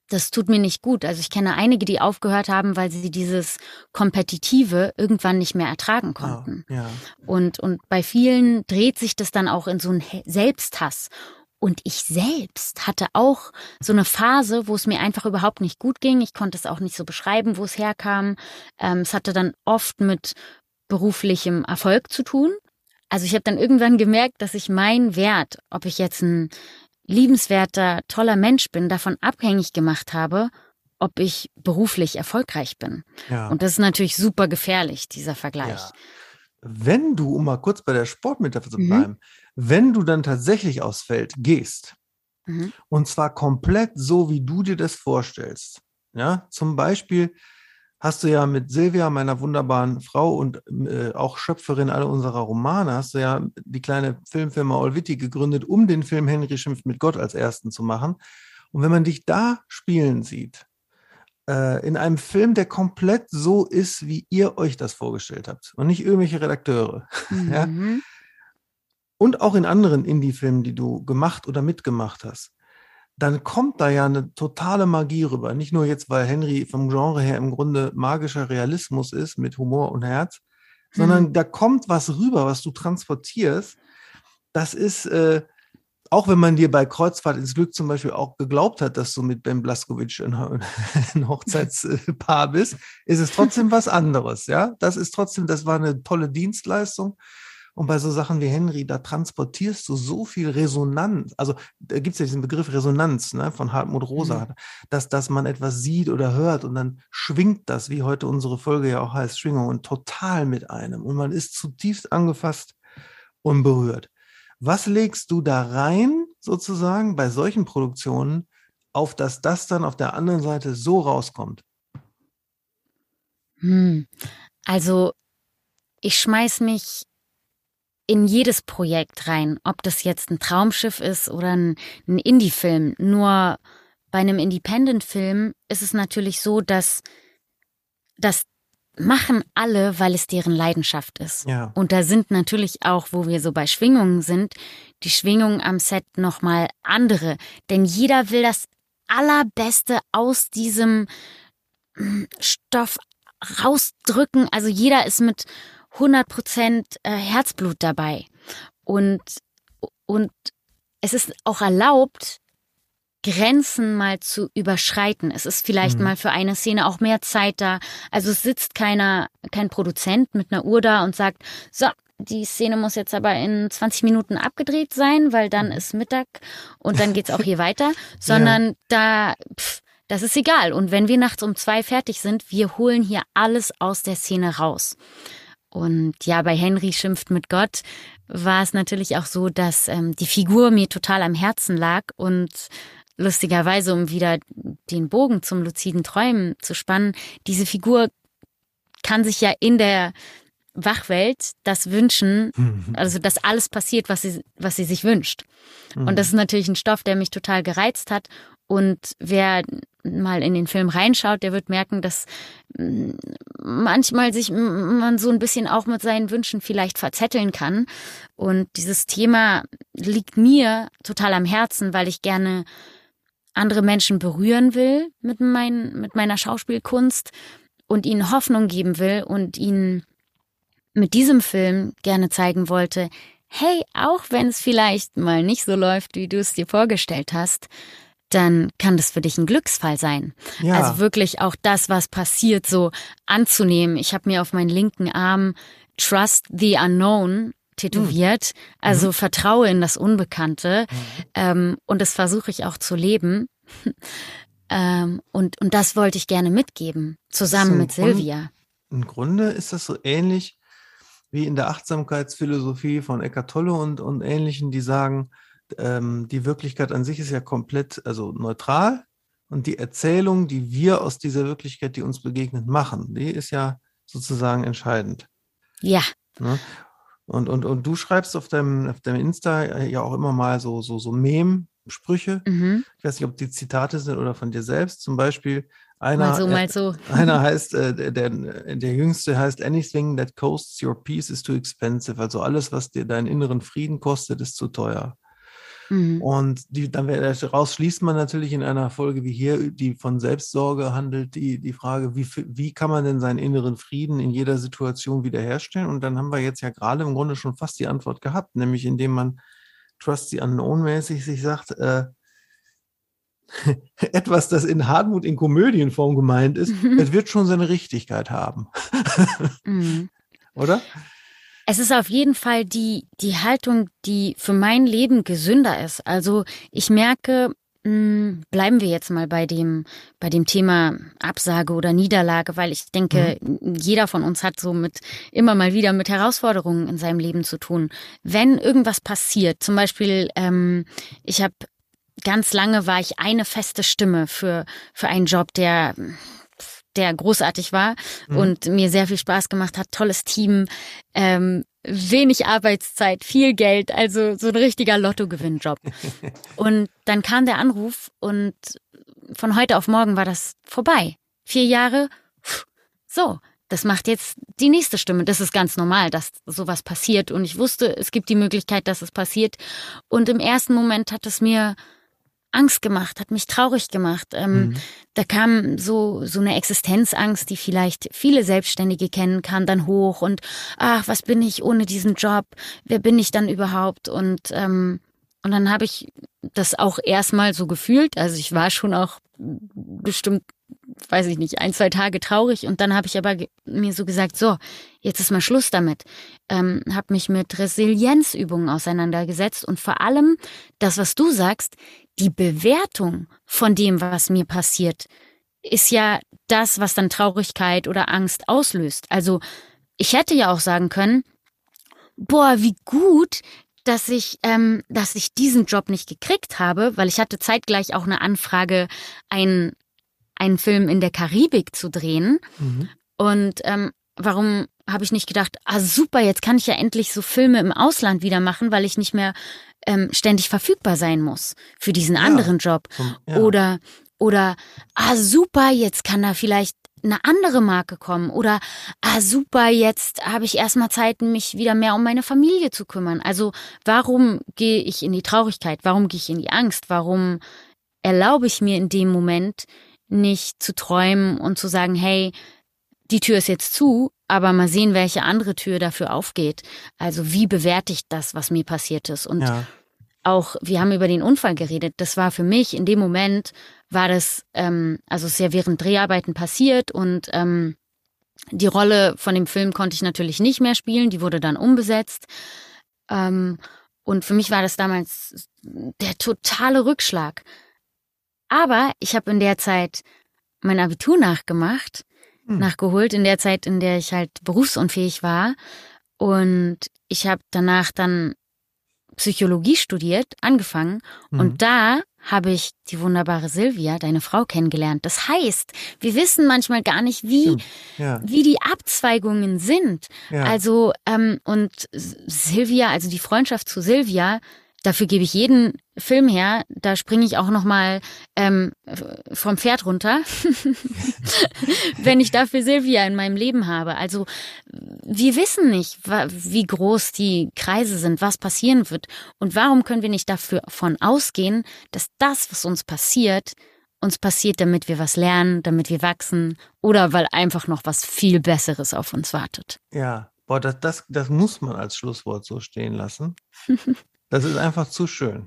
das tut mir nicht gut. Also ich kenne einige, die aufgehört haben, weil sie dieses Kompetitive irgendwann nicht mehr ertragen konnten. Ah, ja. Und, und bei vielen dreht sich das dann auch in so einen Selbsthass. Und ich selbst hatte auch so eine Phase, wo es mir einfach überhaupt nicht gut ging. Ich konnte es auch nicht so beschreiben, wo es herkam. Ähm, es hatte dann oft mit beruflichem Erfolg zu tun. Also ich habe dann irgendwann gemerkt, dass ich meinen Wert, ob ich jetzt ein liebenswerter, toller Mensch bin, davon abhängig gemacht habe, ob ich beruflich erfolgreich bin. Ja. Und das ist natürlich super gefährlich, dieser Vergleich. Ja. Wenn du, um mal kurz bei der Sportmetapher zu Mhm. bleiben, wenn du dann tatsächlich aufs Feld gehst, Mhm. und zwar komplett so, wie du dir das vorstellst, ja, zum Beispiel hast du ja mit Silvia, meiner wunderbaren Frau und äh, auch Schöpferin aller unserer Romane, hast du ja die kleine Filmfirma Olvitti gegründet, um den Film Henry schimpft mit Gott als ersten zu machen. Und wenn man dich da spielen sieht, äh, in einem Film, der komplett so ist, wie ihr euch das vorgestellt habt und nicht irgendwelche Redakteure, ja, Mhm. und auch in anderen Indie-Filmen, die du gemacht oder mitgemacht hast, dann kommt da ja eine totale Magie rüber. Nicht nur jetzt, weil Henry vom Genre her im Grunde magischer Realismus ist mit Humor und Herz, sondern da kommt was rüber, was du transportierst. Das ist, äh, auch wenn man dir bei Kreuzfahrt ins Glück zum Beispiel auch geglaubt hat, dass du mit Ben Blazkowicz ein, ein Hochzeitspaar bist, ist es trotzdem was anderes. Ja, das ist trotzdem, das war eine tolle Dienstleistung. Und bei so Sachen wie Henry, da transportierst du so viel Resonanz. Also da gibt es ja diesen Begriff Resonanz, ne, von Hartmut Rosa, mhm. dass, dass man etwas sieht oder hört und dann schwingt das, wie heute unsere Folge ja auch heißt, Schwingung, und total mit einem. Und man ist zutiefst angefasst und berührt. Was legst du da rein, sozusagen, bei solchen Produktionen, auf dass das dann auf der anderen Seite so rauskommt? Hm. Also ich schmeiß mich in jedes Projekt rein, ob das jetzt ein Traumschiff ist oder ein, ein Indie-Film. Nur bei einem Independent-Film ist es natürlich so, dass das machen alle, weil es deren Leidenschaft ist. Ja. Und da sind natürlich auch, wo wir so bei Schwingungen sind, die Schwingungen am Set nochmal andere. Denn jeder will das Allerbeste aus diesem Stoff rausdrücken. Also jeder ist mit hundert Prozent Herzblut dabei. Und, und es ist auch erlaubt, Grenzen mal zu überschreiten. Es ist vielleicht mhm. mal für eine Szene auch mehr Zeit da. Also es sitzt keiner, kein Produzent mit einer Uhr da und sagt, so, die Szene muss jetzt aber in zwanzig Minuten abgedreht sein, weil dann ist Mittag und dann geht's auch hier weiter. Sondern ja. da, pff, das ist egal. Und wenn wir nachts um zwei fertig sind, wir holen hier alles aus der Szene raus. Und ja, bei Henry schimpft mit Gott war es natürlich auch so, dass ähm, die Figur mir total am Herzen lag und lustigerweise, um wieder den Bogen zum luziden Träumen zu spannen, diese Figur kann sich ja in der Wachwelt das wünschen, also dass alles passiert, was sie, was sie sich wünscht. Mhm. Und das ist natürlich ein Stoff, der mich total gereizt hat. Und wer mal in den Film reinschaut, der wird merken, dass manchmal sich man so ein bisschen auch mit seinen Wünschen vielleicht verzetteln kann. Und dieses Thema liegt mir total am Herzen, weil ich gerne andere Menschen berühren will mit, mein, mit meiner Schauspielkunst und ihnen Hoffnung geben will und ihnen mit diesem Film gerne zeigen wollte, hey, auch wenn es vielleicht mal nicht so läuft, wie du es dir vorgestellt hast, dann kann das für dich ein Glücksfall sein. Ja. Also wirklich auch das, was passiert, so anzunehmen. Ich habe mir auf meinen linken Arm Trust the Unknown tätowiert, mhm. also mhm. Vertraue in das Unbekannte. Mhm. Ähm, und das versuche ich auch zu leben. ähm, und, und das wollte ich gerne mitgeben, zusammen mit Silvia. Im Grunde ist das so ähnlich wie in der Achtsamkeitsphilosophie von Eckhart Tolle und, und Ähnlichen, die sagen, ähm, die Wirklichkeit an sich ist ja komplett, also neutral, und die Erzählung, die wir aus dieser Wirklichkeit, die uns begegnet, machen, die ist ja sozusagen entscheidend. Ja. Ne? Und, und, und du schreibst auf deinem, auf deinem Insta ja auch immer mal so, so, so Mem-Sprüche. Mhm. Ich weiß nicht, ob die Zitate sind oder von dir selbst. Zum Beispiel einer, mal so, mal so. einer heißt, äh, der, der, der jüngste heißt, anything that costs your peace is too expensive. Also alles, was dir deinen inneren Frieden kostet, ist zu teuer. Mhm. Und die, dann daraus schließt man natürlich in einer Folge wie hier, die von Selbstsorge handelt, die, die Frage, wie, wie kann man denn seinen inneren Frieden in jeder Situation wiederherstellen? Und dann haben wir jetzt ja gerade im Grunde schon fast die Antwort gehabt, nämlich indem man Trust the Unknown-mäßig sich sagt, äh, etwas, das in Hartmut in Komödienform gemeint ist, mhm. es wird schon seine Richtigkeit haben. mhm. Oder? Es ist auf jeden Fall die, die Haltung, die für mein Leben gesünder ist. Also ich merke, mh, bleiben wir jetzt mal bei dem, bei dem Thema Absage oder Niederlage, weil ich denke, mhm. jeder von uns hat so mit, immer mal wieder mit Herausforderungen in seinem Leben zu tun. Wenn irgendwas passiert, zum Beispiel, ähm, ich habe ganz lange war ich eine feste Stimme für, für einen Job, der, der großartig war mhm. und mir sehr viel Spaß gemacht hat. Tolles Team, ähm, wenig Arbeitszeit, viel Geld, also so ein richtiger Lottogewinnjob. Und dann kam der Anruf und von heute auf morgen war das vorbei. Vier Jahre, so, das macht jetzt die nächste Stimme. Das ist ganz normal, dass sowas passiert. Und ich wusste, es gibt die Möglichkeit, dass es passiert. Und im ersten Moment hat es mir Angst gemacht, hat mich traurig gemacht. Ähm, mhm. Da kam so so eine Existenzangst, die vielleicht viele Selbstständige kennen, kam dann hoch und ach, was bin ich ohne diesen Job? Wer bin ich dann überhaupt? Und ähm, und dann habe ich das auch erstmal so gefühlt. Also ich war schon auch bestimmt, weiß ich nicht, ein, zwei Tage traurig. Und dann habe ich aber ge- mir so gesagt, so, jetzt ist mal Schluss damit. Ähm, habe mich mit Resilienzübungen auseinandergesetzt und vor allem das, was du sagst, die Bewertung von dem, was mir passiert, ist ja das, was dann Traurigkeit oder Angst auslöst. Also ich hätte ja auch sagen können, boah, wie gut, dass ich, ähm, dass ich diesen Job nicht gekriegt habe, weil ich hatte zeitgleich auch eine Anfrage, einen, einen Film in der Karibik zu drehen. Mhm. Und ähm, warum habe ich nicht gedacht, ah super, jetzt kann ich ja endlich so Filme im Ausland wieder machen, weil ich nicht mehr ähm, ständig verfügbar sein muss für diesen ja. anderen Job. Ja. Oder, oder, ah super, jetzt kann da vielleicht eine andere Marke kommen. Oder, ah super, jetzt habe ich erstmal Zeit, mich wieder mehr um meine Familie zu kümmern. Also warum gehe ich in die Traurigkeit? Warum gehe ich in die Angst? Warum erlaube ich mir in dem Moment nicht zu träumen und zu sagen, hey, die Tür ist jetzt zu, aber mal sehen, welche andere Tür dafür aufgeht. Also wie bewerte ich das, was mir passiert ist? Und ja. auch, wir haben über den Unfall geredet. Das war für mich, in dem Moment war das, ähm, also es ist ja während Dreharbeiten passiert und ähm, die Rolle von dem Film konnte ich natürlich nicht mehr spielen. Die wurde dann umbesetzt. Ähm, und für mich war das damals der totale Rückschlag. Aber ich habe in der Zeit mein Abitur nachgemacht, hm. nachgeholt, in der Zeit, in der ich halt berufsunfähig war. Und ich habe danach dann Psychologie studiert, angefangen. Mhm. Und da habe ich die wunderbare Silvia, deine Frau, kennengelernt. Das heißt, wir wissen manchmal gar nicht, wie, ja. wie die Abzweigungen sind. Ja. Also, ähm, und Silvia, also die Freundschaft zu Silvia, dafür gebe ich jeden Film her. Da springe ich auch nochmal ähm, vom Pferd runter, wenn ich dafür Silvia in meinem Leben habe. Also wir wissen nicht, wie groß die Kreise sind, was passieren wird. Und warum können wir nicht davon ausgehen, dass das, was uns passiert, uns passiert, damit wir was lernen, damit wir wachsen oder weil einfach noch was viel Besseres auf uns wartet. Ja, boah, das, das, das muss man als Schlusswort so stehen lassen. Das ist einfach zu schön.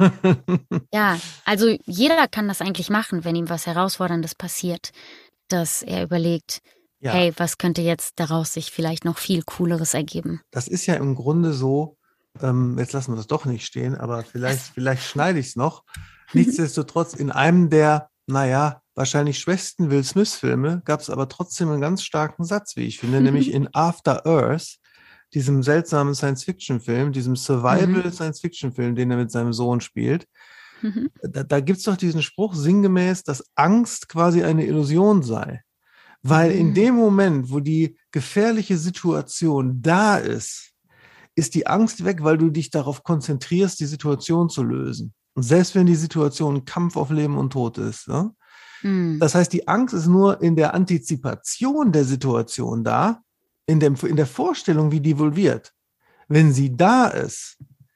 Ja, also jeder kann das eigentlich machen, wenn ihm was Herausforderndes passiert, dass er überlegt, ja. hey, was könnte jetzt daraus sich vielleicht noch viel Cooleres ergeben? Das ist ja im Grunde so, ähm, jetzt lassen wir das doch nicht stehen, aber vielleicht, vielleicht schneide ich es noch. Nichtsdestotrotz, in einem der, naja, wahrscheinlich schwächsten Will Smith-Filme gab es aber trotzdem einen ganz starken Satz, wie ich finde, nämlich in After Earth, diesem seltsamen Science-Fiction-Film, diesem Survival-Science-Fiction-Film, den er mit seinem Sohn spielt. Mhm. Da, da gibt es doch diesen Spruch sinngemäß, dass Angst quasi eine Illusion sei. Weil mhm. in dem Moment, wo die gefährliche Situation da ist, ist die Angst weg, weil du dich darauf konzentrierst, die Situation zu lösen. Und selbst wenn die Situation ein Kampf auf Leben und Tod ist. Ne? Mhm. Das heißt, die Angst ist nur in der Antizipation der Situation da, in, dem, in der Vorstellung, wie die wohl wird. Wenn sie da ist,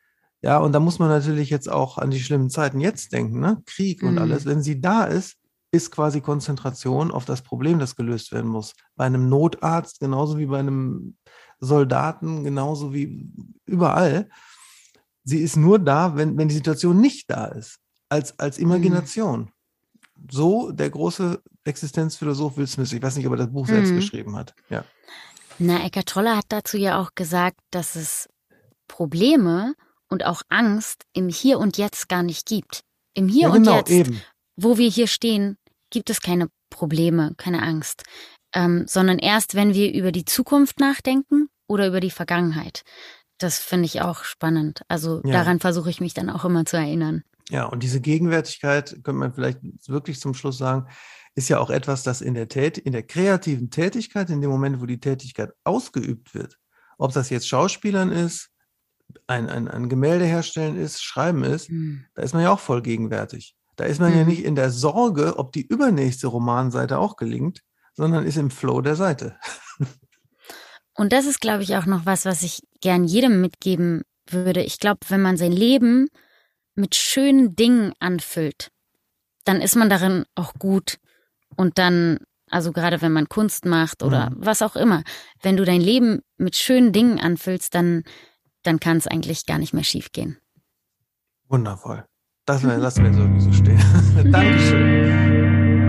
Ja, und da muss man natürlich jetzt auch an die schlimmen Zeiten jetzt denken, ne? Krieg und Mhm. alles. Wenn sie da ist, ist quasi Konzentration auf das Problem, das gelöst werden muss. Bei einem Notarzt, genauso wie bei einem Soldaten, genauso wie überall. Sie ist nur da, wenn, wenn die Situation nicht da ist, als, als Imagination. So der große Existenzphilosoph Will Smith. Ich weiß nicht, ob er das Buch selbst Mhm. geschrieben hat. Ja. Na, Eckhart Tolle hat dazu ja auch gesagt, dass es Probleme und auch Angst im Hier und Jetzt gar nicht gibt. Im Hier Ja, und genau, Jetzt, eben. wo wir hier stehen, gibt es keine Probleme, keine Angst, ähm, sondern erst, wenn wir über die Zukunft nachdenken oder über die Vergangenheit. Das finde ich auch spannend. Also Ja. daran versuche ich mich dann auch immer zu erinnern. Ja, und diese Gegenwärtigkeit, könnte man vielleicht wirklich zum Schluss sagen, ist ja auch etwas, das in der, Tät in der kreativen Tätigkeit, in dem Moment, wo die Tätigkeit ausgeübt wird, ob das jetzt Schauspielern ist, ein, ein, ein Gemälde herstellen ist, Schreiben ist, Hm. da ist man ja auch voll gegenwärtig. Da ist man ja Mhm. nicht in der Sorge, ob die übernächste Romanseite auch gelingt, sondern ist im Flow der Seite. Und das ist, glaube ich, auch noch was, was ich gern jedem mitgeben würde. Ich glaube, wenn man sein Leben mit schönen Dingen anfüllt, dann ist man darin auch gut. Und dann, also gerade wenn man Kunst macht oder Mhm. was auch immer, wenn du dein Leben mit schönen Dingen anfüllst, dann, dann kann es eigentlich gar nicht mehr schief gehen. Wundervoll. Das wär, lassen wir sowieso stehen. Dankeschön.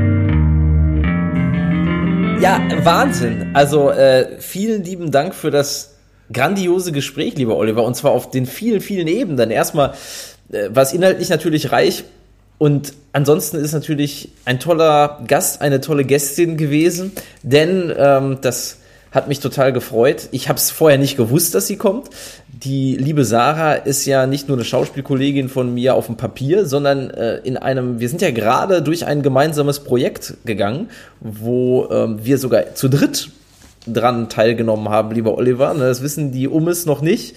Ja, Wahnsinn. Also äh, vielen lieben Dank für das grandiose Gespräch, lieber Oliver, und zwar auf den vielen, vielen Ebenen. Erstmal äh, war es inhaltlich natürlich reich und ansonsten ist natürlich ein toller Gast, eine tolle Gästin gewesen, denn ähm, das hat mich total gefreut. Ich habe es vorher nicht gewusst, dass sie kommt. Die liebe Sarah ist ja nicht nur eine Schauspielkollegin von mir auf dem Papier, sondern äh, in einem, wir sind ja gerade durch ein gemeinsames Projekt gegangen, wo ähm, wir sogar zu dritt dran teilgenommen haben, lieber Oliver. Das wissen die Ummes noch nicht.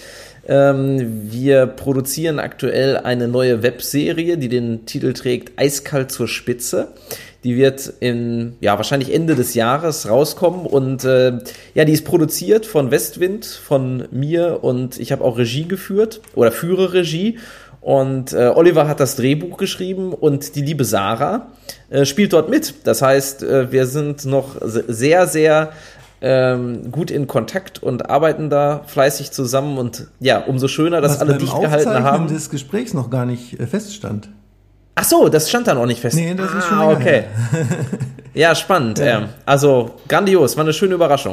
Ähm, wir produzieren aktuell eine neue Webserie, die den Titel trägt Eiskalt zur Spitze. Die wird in, ja, wahrscheinlich Ende des Jahres rauskommen und äh, ja, die ist produziert von Westwind, von mir und ich habe auch Regie geführt oder führe Regie und äh, Oliver hat das Drehbuch geschrieben und die liebe Sarah äh, spielt dort mit. Das heißt, äh, wir sind noch sehr, sehr ähm, gut in Kontakt und arbeiten da fleißig zusammen und ja, umso schöner, dass Was alle beim dicht gehalten Aufzeichnen haben. des Gesprächs noch gar nicht äh, feststand. Ach so, das stand da noch nicht fest. Nee, das ist schon ah, länger okay. her. Ja, spannend. Ja. Ähm, also grandios, war eine schöne Überraschung.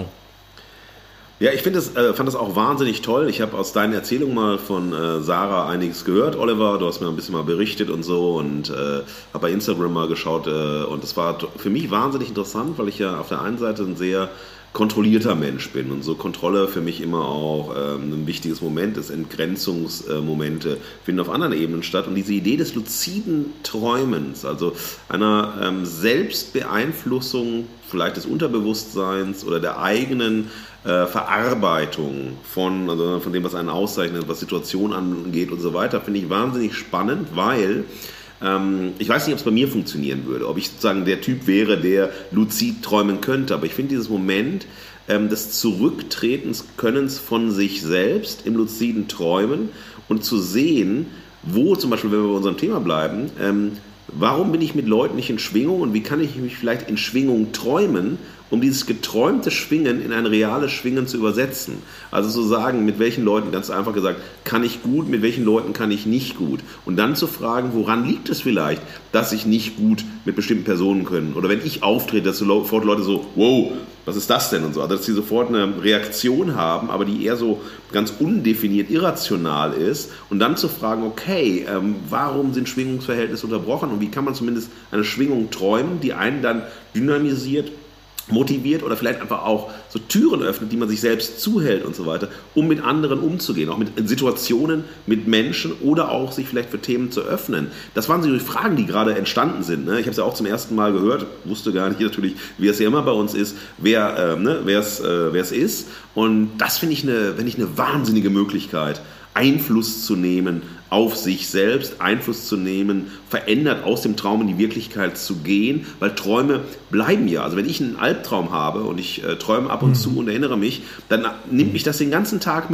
Ja, ich finde das, äh, fand das auch wahnsinnig toll. Ich habe aus deinen Erzählungen mal von äh, Sarah einiges gehört, Oliver. Du hast mir ein bisschen mal berichtet und so und äh, habe bei Instagram mal geschaut äh, und das war für mich wahnsinnig interessant, weil ich ja auf der einen Seite ein sehr kontrollierter Mensch bin und so Kontrolle für mich immer auch ähm, ein wichtiges Moment ist. Entgrenzungsmomente finden auf anderen Ebenen statt und diese Idee des luziden Träumens, also einer ähm, Selbstbeeinflussung vielleicht des Unterbewusstseins oder der eigenen äh, Verarbeitung von, also von dem, was einen auszeichnet, was Situationen angeht und so weiter, finde ich wahnsinnig spannend, weil ähm, ich weiß nicht, ob es bei mir funktionieren würde, ob ich sozusagen der Typ wäre, der luzid träumen könnte, aber ich finde dieses Moment ähm, des Zurücktretens Könnens von sich selbst im luziden Träumen und zu sehen, wo zum Beispiel, wenn wir bei unserem Thema bleiben, ähm, warum bin ich mit Leuten nicht in Schwingung und wie kann ich mich vielleicht in Schwingung träumen, um dieses geträumte Schwingen in ein reales Schwingen zu übersetzen. Also zu sagen, mit welchen Leuten, ganz einfach gesagt, kann ich gut, mit welchen Leuten kann ich nicht gut. Und dann zu fragen, woran liegt es vielleicht, dass ich nicht gut mit bestimmten Personen können. Oder wenn ich auftrete, dass sofort Leute so, wow, was ist das denn und so. Also dass sie sofort eine Reaktion haben, aber die eher so ganz undefiniert, irrational ist. Und dann zu fragen, okay, ähm, warum sind Schwingungsverhältnisse unterbrochen und wie kann man zumindest eine Schwingung träumen, die einen dann dynamisiert, motiviert oder vielleicht einfach auch so Türen öffnet, die man sich selbst zuhält und so weiter, um mit anderen umzugehen, auch mit Situationen, mit Menschen oder auch sich vielleicht für Themen zu öffnen. Das waren so die Fragen, die gerade entstanden sind. Ne? Ich habe es ja auch zum ersten Mal gehört, wusste gar nicht natürlich, wie es ja immer bei uns ist, wer äh, ne, es äh, ist. Und das finde ich eine, finde ich eine wahnsinnige Möglichkeit, Einfluss zu nehmen auf sich selbst, Einfluss zu nehmen, verändert aus dem Traum in die Wirklichkeit zu gehen, weil Träume bleiben ja. Also wenn ich einen Albtraum habe und ich äh, träume ab und mhm. zu und erinnere mich, dann nimmt mich das den ganzen Tag mit.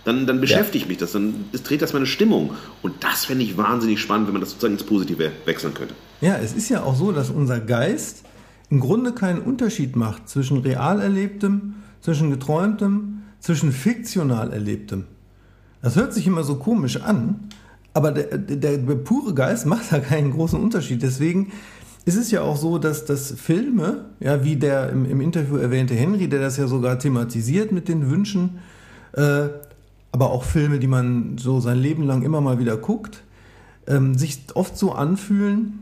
dann, dann beschäftigt ja. mich das, dann dreht das meine Stimmung. Und das fände ich wahnsinnig spannend, wenn man das sozusagen ins Positive wechseln könnte. Ja, es ist ja auch so, dass unser Geist im Grunde keinen Unterschied macht zwischen real Erlebtem, zwischen Geträumtem, zwischen fiktional Erlebtem. Das hört sich immer so komisch an, aber der, der, der pure Geist macht da keinen großen Unterschied. Deswegen ist es ja auch so, dass, dass Filme, ja, wie der im, im Interview erwähnte Henry, der das ja sogar thematisiert mit den Wünschen, äh, aber auch Filme, die man so sein Leben lang immer mal wieder guckt, ähm, sich oft so anfühlen,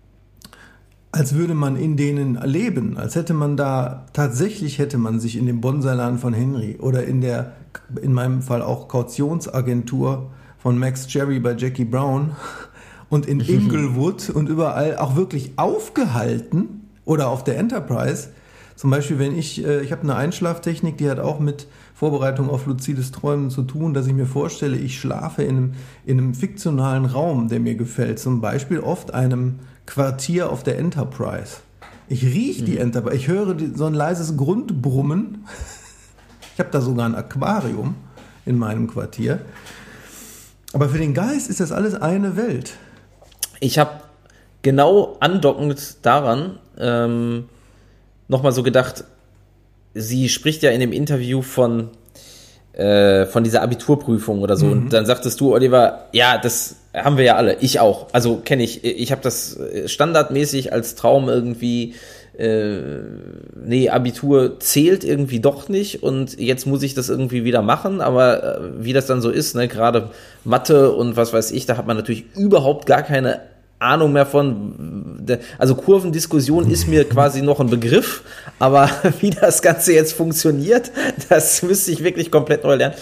als würde man in denen leben, als hätte man da, tatsächlich hätte man sich in dem Bonsai-Laden von Henry oder in der, in meinem Fall auch Kautionsagentur von Max Cherry bei Jackie Brown und in Inglewood und überall auch wirklich aufgehalten oder auf der Enterprise. Zum Beispiel, wenn ich, ich habe eine Einschlaftechnik, die hat auch mit Vorbereitung auf luzides Träumen zu tun, dass ich mir vorstelle, ich schlafe in einem, in einem fiktionalen Raum, der mir gefällt. Zum Beispiel oft einem Quartier auf der Enterprise. Ich rieche die Enterprise, ich höre die, so ein leises Grundbrummen. Ich habe da sogar ein Aquarium in meinem Quartier. Aber für den Geist ist das alles eine Welt. Ich habe genau andockend daran ähm, nochmal so gedacht, sie spricht ja in dem Interview von äh, von dieser Abiturprüfung oder so. Mhm. Und dann sagtest du, Oliver, ja, das haben wir ja alle. Ich auch. Also kenne ich. Ich habe das standardmäßig als Traum irgendwie, äh, nee, Abitur zählt irgendwie doch nicht und jetzt muss ich das irgendwie wieder machen. Aber äh, wie das dann so ist, ne, gerade Mathe und was weiß ich, da hat man natürlich überhaupt gar keine Ahnung mehr von, also Kurvendiskussion ist mir quasi noch ein Begriff, aber wie das Ganze jetzt funktioniert, das müsste ich wirklich komplett neu lernen.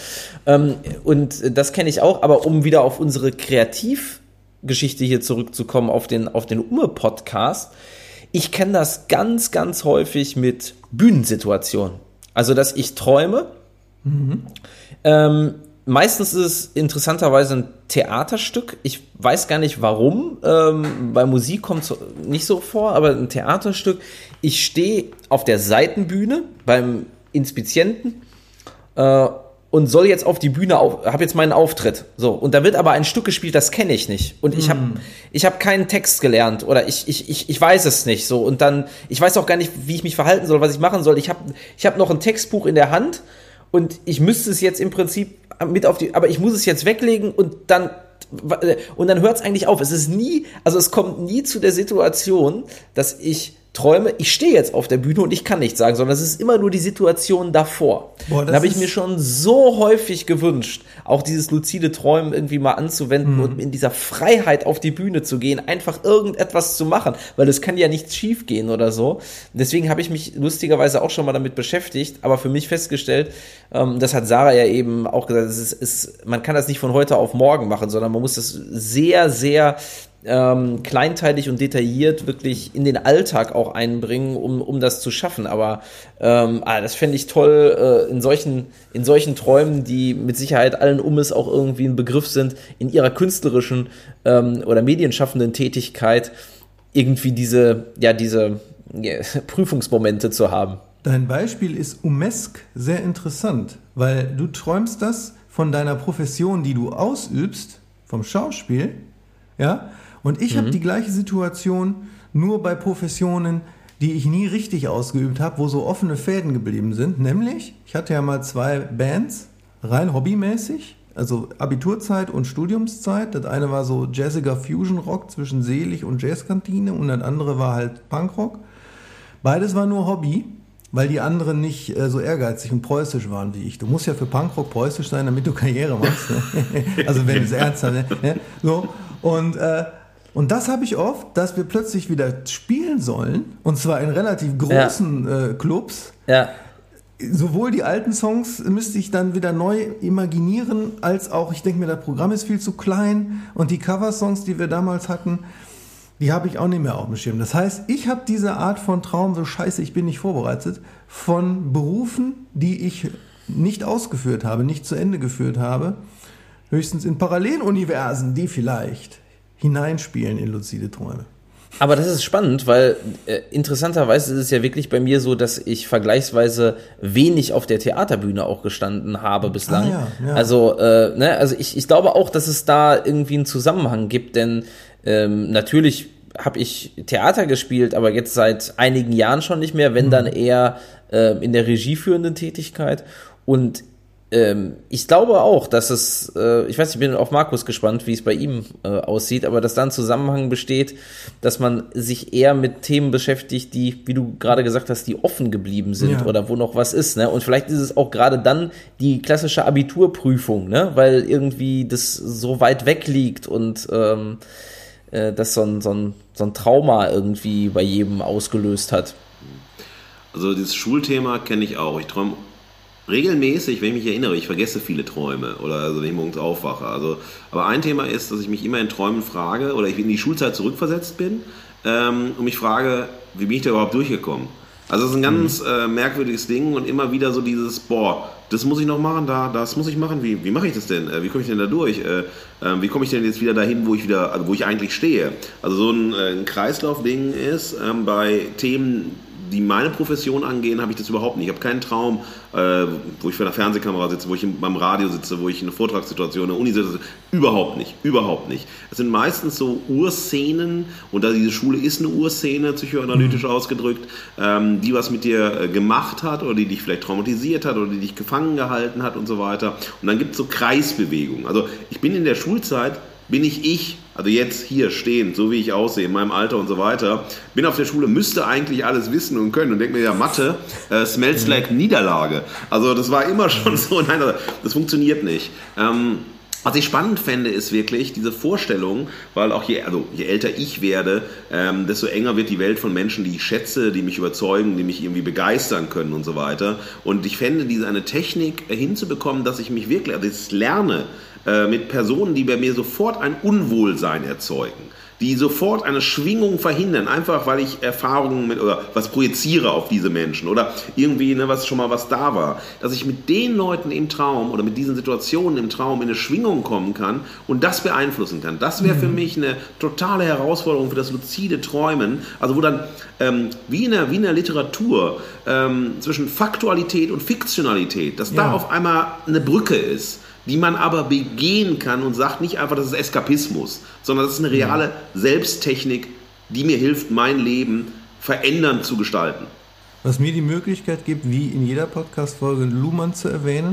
Und das kenne ich auch, aber um wieder auf unsere Kreativgeschichte hier zurückzukommen, auf den, auf den Umme-Podcast, ich kenne das ganz, ganz häufig mit Bühnensituationen. Also, dass ich träume, mhm. ähm, meistens ist es interessanterweise ein Theaterstück. Ich weiß gar nicht warum. Ähm, bei Musik kommt es nicht so vor, aber ein Theaterstück. Ich stehe auf der Seitenbühne beim Inspizienten äh, und soll jetzt auf die Bühne, auf, habe jetzt meinen Auftritt. So, und da wird aber ein Stück gespielt, das kenne ich nicht. Und ich habe ich hab keinen Text gelernt oder ich, ich, ich, ich weiß es nicht. So, und dann, ich weiß auch gar nicht, wie ich mich verhalten soll, was ich machen soll. Ich habe ich hab noch ein Textbuch in der Hand und ich müsste es jetzt im Prinzip mit auf die, aber ich muss es jetzt weglegen und dann und dann hört es eigentlich auf. Es ist nie, also es kommt nie zu der Situation, dass ich träume, ich stehe jetzt auf der Bühne und ich kann nichts sagen, sondern es ist immer nur die Situation davor. Boah, da habe ich mir schon so häufig gewünscht, auch dieses luzide Träumen irgendwie mal anzuwenden mhm. und in dieser Freiheit auf die Bühne zu gehen, einfach irgendetwas zu machen, weil es kann ja nichts schief gehen oder so. Deswegen habe ich mich lustigerweise auch schon mal damit beschäftigt, aber für mich festgestellt, ähm, das hat Sarah ja eben auch gesagt, es ist, es, man kann das nicht von heute auf morgen machen, sondern man muss das sehr, sehr Ähm, kleinteilig und detailliert wirklich in den Alltag auch einbringen, um, um das zu schaffen. Aber ähm, ah, das fände ich toll, äh, in solchen, in solchen Träumen, die mit Sicherheit allen Ummes auch irgendwie ein Begriff sind, in ihrer künstlerischen ähm, oder medienschaffenden Tätigkeit irgendwie diese, ja, diese ja, Prüfungsmomente zu haben. Dein Beispiel ist umesk sehr interessant, weil du träumst das von deiner Profession, die du ausübst, vom Schauspiel, ja. Und ich mhm. habe die gleiche Situation nur bei Professionen, die ich nie richtig ausgeübt habe, wo so offene Fäden geblieben sind. Nämlich, ich hatte ja mal zwei Bands, rein hobbymäßig, also Abiturzeit und Studiumszeit. Das eine war so jazziger Fusion-Rock zwischen Selig und Jazzkantine und das andere war halt Punkrock. Beides war nur Hobby, weil die anderen nicht äh, so ehrgeizig und preußisch waren wie ich. Du musst ja für Punkrock preußisch sein, damit du Karriere machst. Ne? Also wenn es ernst hat. Ne? So, und äh, Und das habe ich oft, dass wir plötzlich wieder spielen sollen, und zwar in relativ großen ja. äh, Clubs. Ja. Sowohl die alten Songs müsste ich dann wieder neu imaginieren, als auch, ich denke mir, das Programm ist viel zu klein und die Coversongs, die wir damals hatten, die habe ich auch nicht mehr auf dem Schirm. Das heißt, ich habe diese Art von Traum, so scheiße, ich bin nicht vorbereitet, von Berufen, die ich nicht ausgeführt habe, nicht zu Ende geführt habe, höchstens in Paralleluniversen, die vielleicht hineinspielen in luzide Träume. Aber das ist spannend, weil äh, interessanterweise ist es ja wirklich bei mir so, dass ich vergleichsweise wenig auf der Theaterbühne auch gestanden habe bislang. Ah, ja, ja. Also, äh, ne, also ich, ich glaube auch, dass es da irgendwie einen Zusammenhang gibt, denn ähm, natürlich habe ich Theater gespielt, aber jetzt seit einigen Jahren schon nicht mehr, wenn mhm. dann eher äh, in der regieführenden Tätigkeit. Und Ähm, ich glaube auch, dass es, äh, ich weiß, ich bin auf Markus gespannt, wie es bei ihm äh, aussieht, aber dass da ein Zusammenhang besteht, dass man sich eher mit Themen beschäftigt, die, wie du gerade gesagt hast, die offen geblieben sind Ja. oder wo noch was ist, ne? Und vielleicht ist es auch gerade dann die klassische Abiturprüfung, ne? Weil irgendwie das so weit weg liegt und ähm, äh, das so ein, so ein, so ein Trauma irgendwie bei jedem ausgelöst hat. Also dieses Schulthema kenne ich auch. Ich träume regelmäßig, wenn ich mich erinnere, ich vergesse viele Träume oder also wenn ich morgens aufwache. Also, aber ein Thema ist, dass ich mich immer in Träumen frage oder ich in die Schulzeit zurückversetzt bin ähm, und mich frage, wie bin ich da überhaupt durchgekommen? Also das ist ein ganz äh, merkwürdiges Ding und immer wieder so dieses, boah, das muss ich noch machen, da, das muss ich machen, wie, wie mache ich das denn? Äh, wie komme ich denn da durch? Äh, äh, wie komme ich denn jetzt wieder dahin, wo ich wieder, also wo ich eigentlich stehe? Also so ein, äh, ein Kreislaufding ist ähm, bei Themen, die meine Profession angehen, habe ich das überhaupt nicht. Ich habe keinen Traum, äh, wo ich vor einer Fernsehkamera sitze, wo ich beim Radio sitze, wo ich in einer Vortragssituation, in der Uni sitze. Überhaupt nicht, überhaupt nicht. Es sind meistens so Urszenen, und da diese Schule ist eine Urszene, psychoanalytisch mhm. ausgedrückt, ähm, die was mit dir äh, gemacht hat oder die dich vielleicht traumatisiert hat oder die dich gefangen gehalten hat und so weiter. Und dann gibt es so Kreisbewegungen. Also ich bin in der Schulzeit, bin ich ich, also jetzt hier stehend, so wie ich aussehe, in meinem Alter und so weiter, bin auf der Schule, müsste eigentlich alles wissen und können und denke mir, ja, Mathe, äh, smells like Niederlage. Also das war immer schon so, nein, das funktioniert nicht. Ähm, was ich spannend fände, ist wirklich diese Vorstellung, weil auch je, also je älter ich werde, ähm, desto enger wird die Welt von Menschen, die ich schätze, die mich überzeugen, die mich irgendwie begeistern können und so weiter. Und ich fände, diese eine Technik äh, hinzubekommen, dass ich mich wirklich, also ich lerne, mit Personen, die bei mir sofort ein Unwohlsein erzeugen, die sofort eine Schwingung verhindern, einfach weil ich Erfahrungen mit oder was projiziere auf diese Menschen oder irgendwie, ne, was schon mal was da war, dass ich mit den Leuten im Traum oder mit diesen Situationen im Traum in eine Schwingung kommen kann und das beeinflussen kann. Das wäre für mich eine totale Herausforderung für das luzide Träumen, also wo dann ähm, wie, in der, wie in der Literatur ähm, zwischen Faktualität und Fiktionalität, dass da Ja. auf einmal eine Brücke ist, die man aber begehen kann und sagt nicht einfach, das ist Eskapismus, sondern das ist eine reale Selbsttechnik, die mir hilft, mein Leben verändernd zu gestalten. Was mir die Möglichkeit gibt, wie in jeder Podcast-Folge Luhmann zu erwähnen,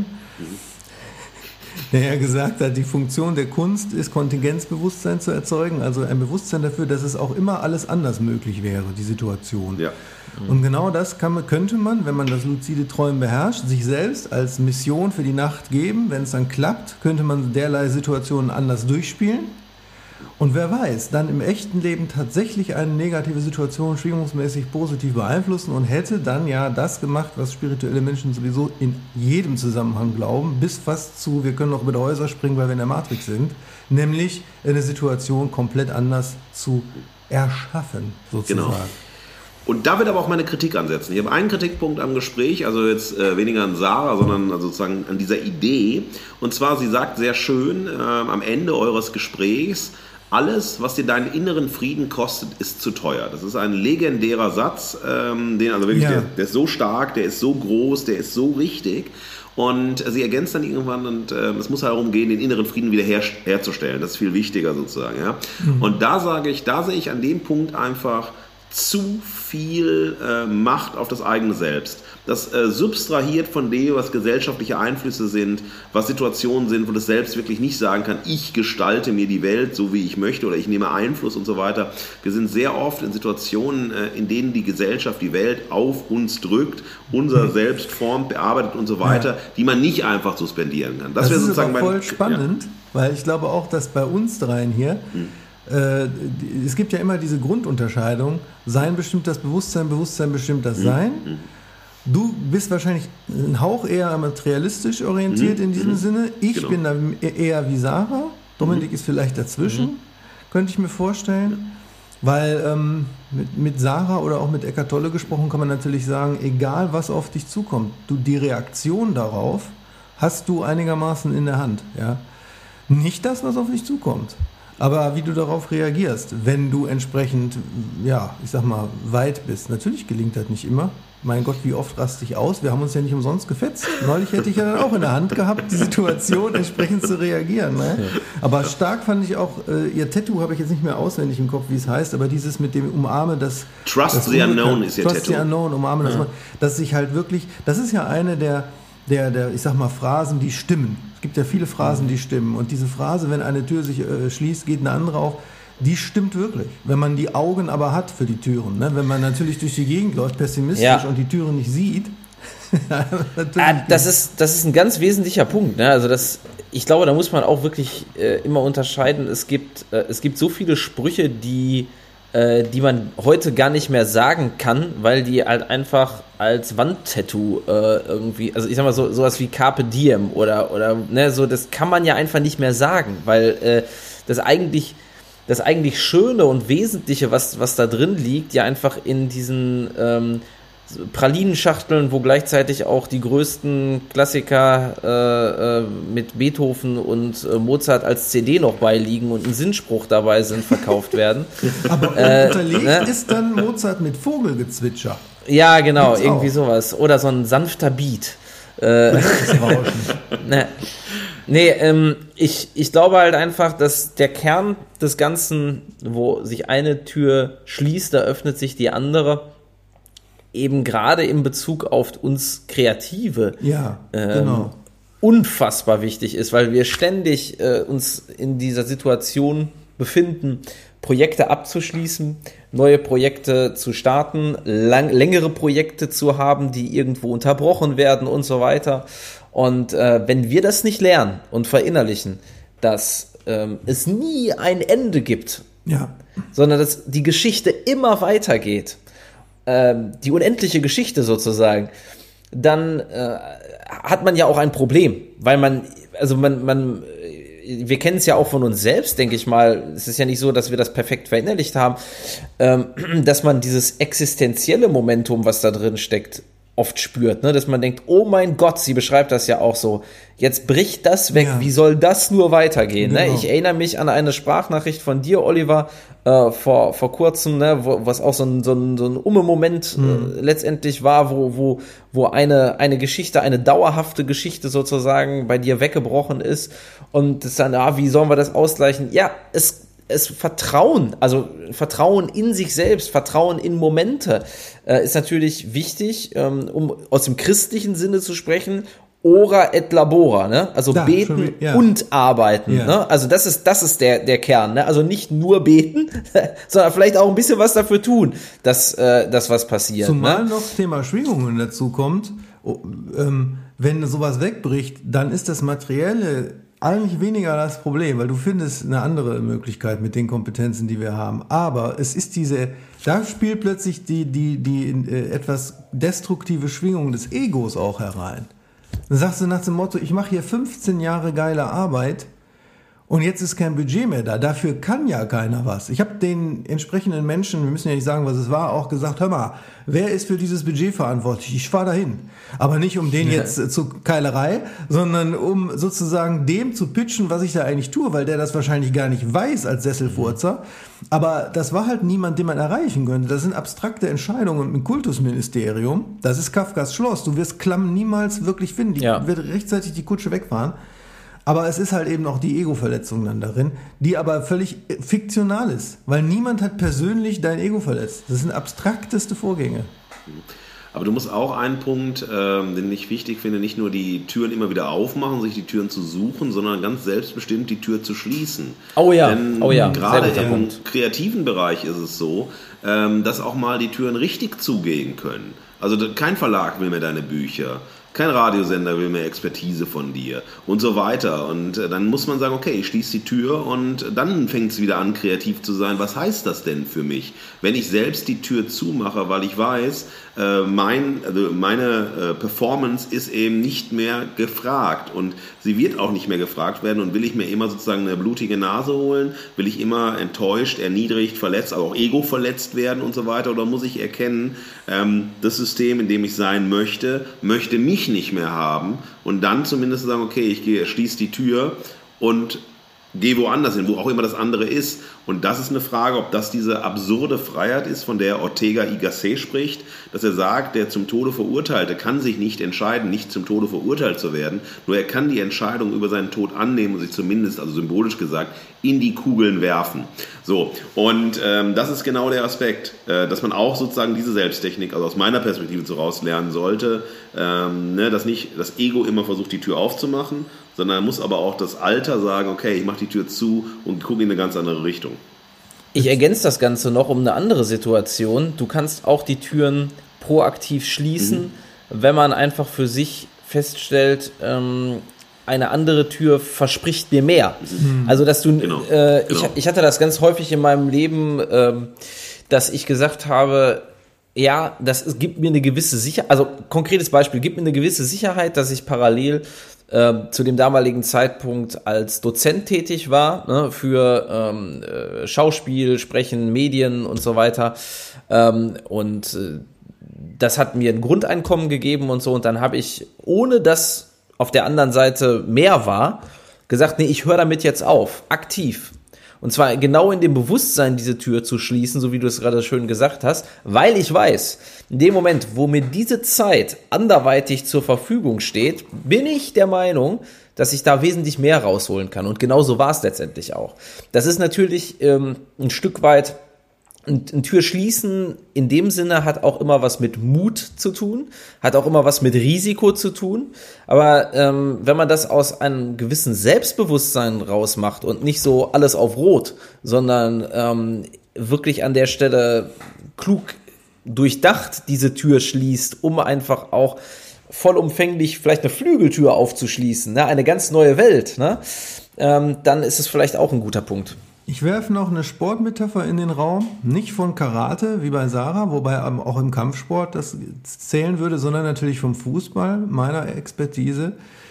der ja gesagt hat, die Funktion der Kunst ist, Kontingenzbewusstsein zu erzeugen, also ein Bewusstsein dafür, dass es auch immer alles anders möglich wäre, die Situation. Ja. Und genau das kann man, könnte man, wenn man das luzide Träumen beherrscht, sich selbst als Mission für die Nacht geben. Wenn es dann klappt, könnte man derlei Situationen anders durchspielen. Und wer weiß, dann im echten Leben tatsächlich eine negative Situation schwingungsmäßig positiv beeinflussen und hätte dann ja das gemacht, was spirituelle Menschen sowieso in jedem Zusammenhang glauben, bis fast zu, wir können noch über die Häuser springen, weil wir in der Matrix sind, nämlich eine Situation komplett anders zu erschaffen, sozusagen. Genau. Und da wird aber auch meine Kritik ansetzen. Ich habe einen Kritikpunkt am Gespräch, also jetzt äh, weniger an Sarah, sondern also sozusagen an dieser Idee. Und zwar, sie sagt sehr schön äh, am Ende eures Gesprächs, alles, was dir deinen inneren Frieden kostet, ist zu teuer. Das ist ein legendärer Satz, ähm, den also wirklich, Ja. der, der ist so stark, der ist so groß, der ist so richtig. Und sie ergänzt dann irgendwann, und äh, es muss halt darum gehen, den inneren Frieden wieder her, herzustellen. Das ist viel wichtiger sozusagen. Ja? Mhm. Und da sage ich, da sehe ich an dem Punkt einfach zu viel äh, Macht auf das eigene Selbst. Das äh, substrahiert von dem, was gesellschaftliche Einflüsse sind, was Situationen sind, wo das Selbst wirklich nicht sagen kann, ich gestalte mir die Welt so, wie ich möchte, oder ich nehme Einfluss und so weiter. Wir sind sehr oft in Situationen, äh, in denen die Gesellschaft, die Welt auf uns drückt, unser Selbst formt, bearbeitet und so weiter, ja. die man nicht einfach suspendieren kann. Das, das wäre ist sozusagen aber voll mein, spannend, ja. weil ich glaube auch, dass bei uns dreien hier hm. es gibt ja immer diese Grundunterscheidung, Sein bestimmt das Bewusstsein, Bewusstsein bestimmt das Sein. Mhm. Du bist wahrscheinlich ein Hauch eher materialistisch orientiert mhm. in diesem mhm. Sinne. Ich genau. bin da eher wie Sarah. Dominik mhm. ist vielleicht dazwischen, mhm. könnte ich mir vorstellen. Weil ähm, mit, mit Sarah oder auch mit Eckhart Tolle gesprochen kann man natürlich sagen, egal was auf dich zukommt, du die Reaktion darauf hast du einigermaßen in der Hand. Ja? Nicht das, was auf dich zukommt. Aber wie du darauf reagierst, wenn du entsprechend, ja, ich sag mal, weit bist. Natürlich gelingt das nicht immer. Mein Gott, wie oft raste ich aus? Wir haben uns ja nicht umsonst gefetzt. Neulich hätte ich ja dann auch in der Hand gehabt, die Situation entsprechend zu reagieren. Ne? Aber stark fand ich auch, äh, ihr Tattoo habe ich jetzt nicht mehr auswendig im Kopf, wie es heißt, aber dieses mit dem Umarme, das... Trust das the Unknown ist ihr Trust Tattoo. the Unknown, umarme ja. das mal. Dass sich halt wirklich, das ist ja eine der, der, der, ich sag mal, Phrasen, die stimmen. Es gibt ja viele Phrasen, die stimmen. Und diese Phrase, wenn eine Tür sich äh, schließt, geht eine andere auf. Die stimmt wirklich. Wenn man die Augen aber hat für die Türen. Ne? Wenn man natürlich durch die Gegend läuft, pessimistisch ja. und die Türen nicht sieht. ah, das, ist, das ist ein ganz wesentlicher Punkt. Ne? Also das, ich glaube, da muss man auch wirklich äh, immer unterscheiden. Es gibt, äh, es gibt so viele Sprüche, die, äh, die man heute gar nicht mehr sagen kann, weil die halt einfach als Wandtattoo äh, irgendwie, also ich sag mal so sowas wie Carpe Diem oder, oder ne, so, das kann man ja einfach nicht mehr sagen, weil äh, das eigentlich das eigentlich Schöne und Wesentliche, was, was da drin liegt, ja einfach in diesen ähm, Pralinenschachteln, wo gleichzeitig auch die größten Klassiker äh, äh, mit Beethoven und äh, Mozart als C D noch beiliegen und ein Sinnspruch dabei sind, verkauft werden. Aber äh, unterlegt ne? ist dann Mozart mit Vogelgezwitscher. Ja, genau, Gibt's irgendwie auch. sowas. Oder so ein sanfter Beat. Äh, ne. Nee, ähm, ich, ich glaube halt einfach, dass der Kern des Ganzen, wo sich eine Tür schließt, da öffnet sich die andere, eben gerade in Bezug auf uns Kreative ja, ähm, genau. unfassbar wichtig ist, weil wir ständig äh, uns in dieser Situation befinden, Projekte abzuschließen, neue Projekte zu starten, lang, längere Projekte zu haben, die irgendwo unterbrochen werden und so weiter. Und äh, wenn wir das nicht lernen und verinnerlichen, dass ähm, es nie ein Ende gibt, ja. sondern dass die Geschichte immer weitergeht, ähm, die unendliche Geschichte sozusagen, dann äh, hat man ja auch ein Problem, weil man, also man, man, wir kennen es ja auch von uns selbst, denke ich mal. Es ist ja nicht so, dass wir das perfekt verinnerlicht haben, ähm, dass man dieses existenzielle Momentum, was da drin steckt, oft spürt, ne? Dass man denkt, oh mein Gott, sie beschreibt das ja auch so, jetzt bricht das weg, ja. Wie soll das nur weitergehen? Genau. Ne? Ich erinnere mich an eine Sprachnachricht von dir, Oliver, äh, vor, vor kurzem, ne? Wo, was auch so ein, so ein, so ein Umme-Moment mhm. äh, letztendlich war, wo, wo, wo eine, eine Geschichte, eine dauerhafte Geschichte sozusagen bei dir weggebrochen ist und das dann, ah, wie sollen wir das ausgleichen? Ja, es Es Vertrauen, also Vertrauen in sich selbst, Vertrauen in Momente äh, ist natürlich wichtig, ähm, um aus dem christlichen Sinne zu sprechen. Ora et labora, ne? Also ja, beten schon, ja. und arbeiten, ja. ne? Also das ist das ist der der Kern, ne? Also nicht nur beten, sondern vielleicht auch ein bisschen was dafür tun, dass äh, dass was passiert. Zumal ne? noch Thema Schwingungen dazu kommt, oh, ähm, wenn sowas wegbricht, dann ist das Materielle eigentlich weniger das Problem, weil du findest eine andere Möglichkeit mit den Kompetenzen, die wir haben. Aber es ist diese, da spielt plötzlich die, die, die äh, etwas destruktive Schwingung des Egos auch herein. Dann sagst du nach dem Motto, ich mache hier fünfzehn Jahre geile Arbeit und jetzt ist kein Budget mehr da. Dafür kann ja keiner was. Ich habe den entsprechenden Menschen, wir müssen ja nicht sagen, was es war, auch gesagt, hör mal, wer ist für dieses Budget verantwortlich? Ich fahre dahin. Aber nicht um den jetzt äh, zur Keilerei, sondern um sozusagen dem zu pitchen, was ich da eigentlich tue, weil der das wahrscheinlich gar nicht weiß als Sesselfurzer. Aber das war halt niemand, den man erreichen könnte. Das sind abstrakte Entscheidungen im Kultusministerium. Das ist Kafkas Schloss. Du wirst Klamm niemals wirklich finden. Die ja. wird rechtzeitig die Kutsche wegfahren. Aber es ist halt eben auch die Ego-Verletzung dann darin, die aber völlig fiktional ist, weil niemand hat persönlich dein Ego verletzt. Das sind abstrakteste Vorgänge. Aber du musst auch einen Punkt, ähm, den ich wichtig finde, nicht nur die Türen immer wieder aufmachen, sich die Türen zu suchen, sondern ganz selbstbestimmt die Tür zu schließen. Oh ja, Denn oh ja. gerade im Punkt. kreativen Bereich ist es so, ähm, dass auch mal die Türen richtig zugehen können. Also kein Verlag will mehr deine Bücher. Kein Radiosender will mehr Expertise von dir und so weiter. Und äh, dann muss man sagen, okay, ich schließe die Tür und dann fängt es wieder an, kreativ zu sein. Was heißt das denn für mich? Wenn ich selbst die Tür zumache, weil ich weiß, äh, mein, also meine äh, Performance ist eben nicht mehr gefragt und sie wird auch nicht mehr gefragt werden und will ich mir immer sozusagen eine blutige Nase holen, will ich immer enttäuscht, erniedrigt, verletzt, also auch Ego verletzt werden und so weiter, oder muss ich erkennen, ähm, das System, in dem ich sein möchte, möchte mich nicht mehr haben und dann zumindest sagen, okay, ich gehe, schließe die Tür und geh woanders hin, wo auch immer das andere ist. Und das ist eine Frage, ob das diese absurde Freiheit ist, von der Ortega y Gasset spricht, dass er sagt, der zum Tode Verurteilte kann sich nicht entscheiden, nicht zum Tode verurteilt zu werden, nur er kann die Entscheidung über seinen Tod annehmen und sich zumindest, also symbolisch gesagt, in die Kugeln werfen. So, und ähm, das ist genau der Aspekt, äh, dass man auch sozusagen diese Selbsttechnik, also aus meiner Perspektive so rauslernen sollte, ähm, ne, dass nicht das Ego immer versucht, die Tür aufzumachen, sondern muss aber auch das Alter sagen, okay, ich mache die Tür zu und gucke in eine ganz andere Richtung. Ich ergänze das Ganze noch um eine andere Situation. Du kannst auch die Türen proaktiv schließen, mhm. wenn man einfach für sich feststellt, ähm, eine andere Tür verspricht mir mehr. Mhm. Also, dass du, genau. Äh, genau. ich, ich hatte das ganz häufig in meinem Leben, ähm, dass ich gesagt habe, ja, das ist, gibt mir eine gewisse Sicherheit, also konkretes Beispiel, gibt mir eine gewisse Sicherheit, dass ich parallel äh, zu dem damaligen Zeitpunkt als Dozent tätig war, ne, für ähm, äh, Schauspiel, Sprechen, Medien und so weiter. Ähm, und äh, das hat mir ein Grundeinkommen gegeben und so. Und dann habe ich, ohne dass auf der anderen Seite mehr war, gesagt, nee, ich höre damit jetzt auf, aktiv. Und zwar genau in dem Bewusstsein, diese Tür zu schließen, so wie du es gerade schön gesagt hast, weil ich weiß, in dem Moment, wo mir diese Zeit anderweitig zur Verfügung steht, bin ich der Meinung, dass ich da wesentlich mehr rausholen kann. Und genau so war es letztendlich auch. Das ist natürlich ähm, ein Stück weit, ein, ein Tür schließen in dem Sinne hat auch immer was mit Mut zu tun, hat auch immer was mit Risiko zu tun. Aber ähm, wenn man das aus einem gewissen Selbstbewusstsein rausmacht und nicht so alles auf Rot, sondern ähm, wirklich an der Stelle klug durchdacht diese Tür schließt, um einfach auch vollumfänglich vielleicht eine Flügeltür aufzuschließen, ne? Eine ganz neue Welt, ne? ähm, dann ist es vielleicht auch ein guter Punkt. Ich werfe noch eine Sportmetapher in den Raum, nicht von Karate, wie bei Sarah, wobei auch im Kampfsport das zählen würde, sondern natürlich vom Fußball, meiner Expertise.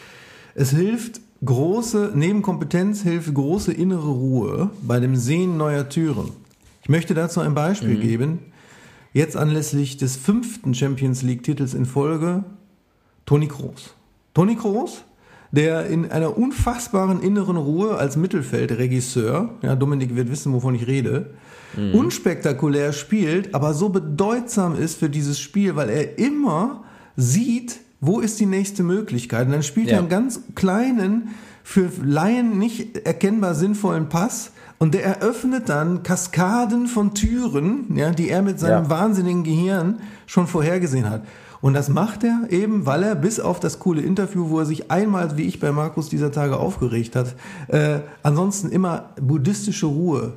Es hilft große, neben Kompetenz hilft große innere Ruhe bei dem Sehen neuer Türen. Ich möchte dazu ein Beispiel mhm. geben. Jetzt anlässlich des fünften Champions League-Titels in Folge, Toni Kroos. Toni Kroos, der in einer unfassbaren inneren Ruhe als Mittelfeldregisseur, ja, Dominik wird wissen, wovon ich rede, mhm. unspektakulär spielt, aber so bedeutsam ist für dieses Spiel, weil er immer sieht, wo ist die nächste Möglichkeit. Und dann spielt ja. er einen ganz kleinen, für Laien nicht erkennbar sinnvollen Pass und der eröffnet dann Kaskaden von Türen, ja, die er mit seinem ja. wahnsinnigen Gehirn schon vorhergesehen hat. Und das macht er eben, weil er bis auf das coole Interview, wo er sich einmal, wie ich bei Markus dieser Tage aufgeregt hat, äh, ansonsten immer buddhistische Ruhe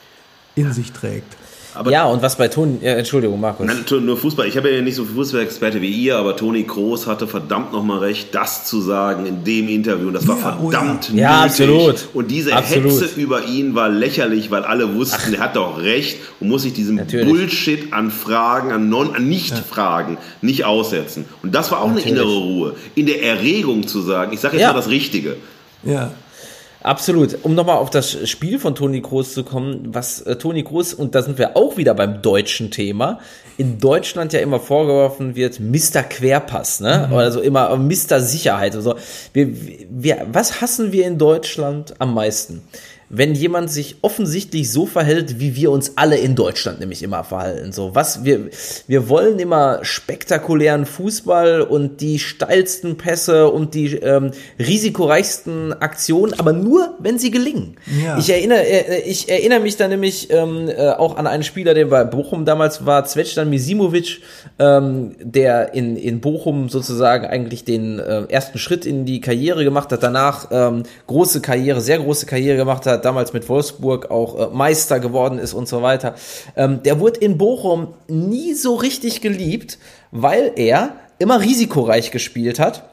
in sich trägt. Aber ja, und was bei Toni, äh, Entschuldigung, Markus. Nein, nur Fußball. Ich habe ja nicht so viel Fußballexperte wie ihr, aber Toni Kroos hatte verdammt nochmal recht, das zu sagen in dem Interview. Und das war ja, verdammt oh ja. ja, absolut. Und diese absolut. Hetze über ihn war lächerlich, weil alle wussten, Ach. er hat doch recht und muss sich diesem Natürlich. Bullshit an Fragen, an, non, an Nicht-Fragen ja. nicht aussetzen. Und das war auch Natürlich. eine innere Ruhe. In der Erregung zu sagen, ich sage jetzt ja. mal das Richtige. Ja. Absolut. Um nochmal auf das Spiel von Toni Kroos zu kommen, was äh, Toni Kroos, und da sind wir auch wieder beim deutschen Thema, in Deutschland ja immer vorgeworfen wird, Mister Querpass, ne? Mhm. Also immer Mister Sicherheit. Also wir, wir, was hassen wir in Deutschland am meisten? Wenn jemand sich offensichtlich so verhält, wie wir uns alle in Deutschland nämlich immer verhalten. So, was wir, wir wollen immer spektakulären Fußball und die steilsten Pässe und die ähm, risikoreichsten Aktionen, aber nur, wenn sie gelingen. Ja. Ich erinnere, äh, ich erinnere mich da nämlich ähm, äh, auch an einen Spieler, der bei Bochum damals war, Zvezdan Misimovic, ähm, der in, in Bochum sozusagen eigentlich den äh, ersten Schritt in die Karriere gemacht hat, danach ähm, große Karriere, sehr große Karriere gemacht hat, damals mit Wolfsburg auch äh, Meister geworden ist und so weiter. Ähm, der wurde in Bochum nie so richtig geliebt, weil er immer risikoreich gespielt hat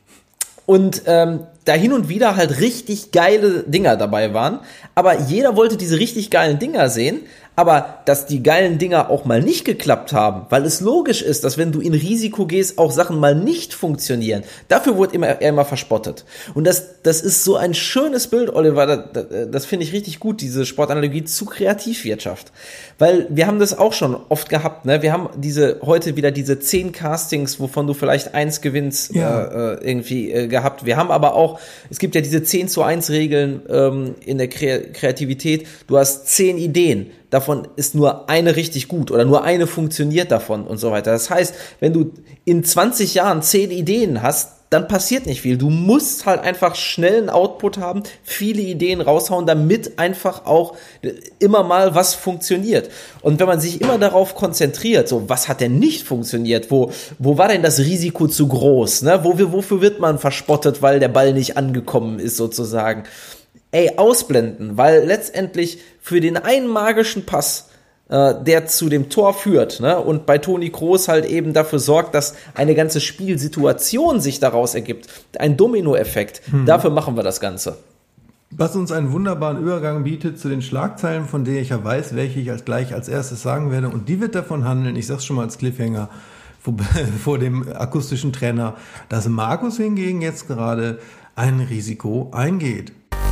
und ähm, da hin und wieder halt richtig geile Dinger dabei waren. Aber jeder wollte diese richtig geilen Dinger sehen, Aber dass die geilen Dinger auch mal nicht geklappt haben, weil es logisch ist, dass wenn du in Risiko gehst, auch Sachen mal nicht funktionieren. Dafür wurde immer, immer verspottet. Und das, das ist so ein schönes Bild, Oliver, das, das finde ich richtig gut, diese Sportanalogie zu Kreativwirtschaft. Weil wir haben das auch schon oft gehabt, ne? Wir haben diese, heute wieder diese zehn Castings, wovon du vielleicht eins gewinnst, ja. äh, irgendwie äh, gehabt. Wir haben aber auch, es gibt ja diese zehn zu eins Regeln ähm, in der Kre- Kreativität. Du hast zehn Ideen. Davon ist nur eine richtig gut oder nur eine funktioniert davon und so weiter. Das heißt, wenn du in zwanzig Jahren zehn Ideen hast, dann passiert nicht viel. Du musst halt einfach schnell einen Output haben, viele Ideen raushauen, damit einfach auch immer mal was funktioniert. Und wenn man sich immer darauf konzentriert, so was hat denn nicht funktioniert, wo wo war denn das Risiko zu groß, ne? Wo, wofür wird man verspottet, weil der Ball nicht angekommen ist sozusagen. Ey, ausblenden, weil letztendlich für den einen magischen Pass, äh, der zu dem Tor führt, ne, und bei Toni Kroos halt eben dafür sorgt, dass eine ganze Spielsituation sich daraus ergibt, ein Dominoeffekt, hm. dafür machen wir das Ganze. Was uns einen wunderbaren Übergang bietet zu den Schlagzeilen, von denen ich ja weiß, welche ich als gleich als erstes sagen werde, und die wird davon handeln, ich sag's schon mal als Cliffhanger, vor, vor dem akustischen Trainer, dass Markus hingegen jetzt gerade ein Risiko eingeht.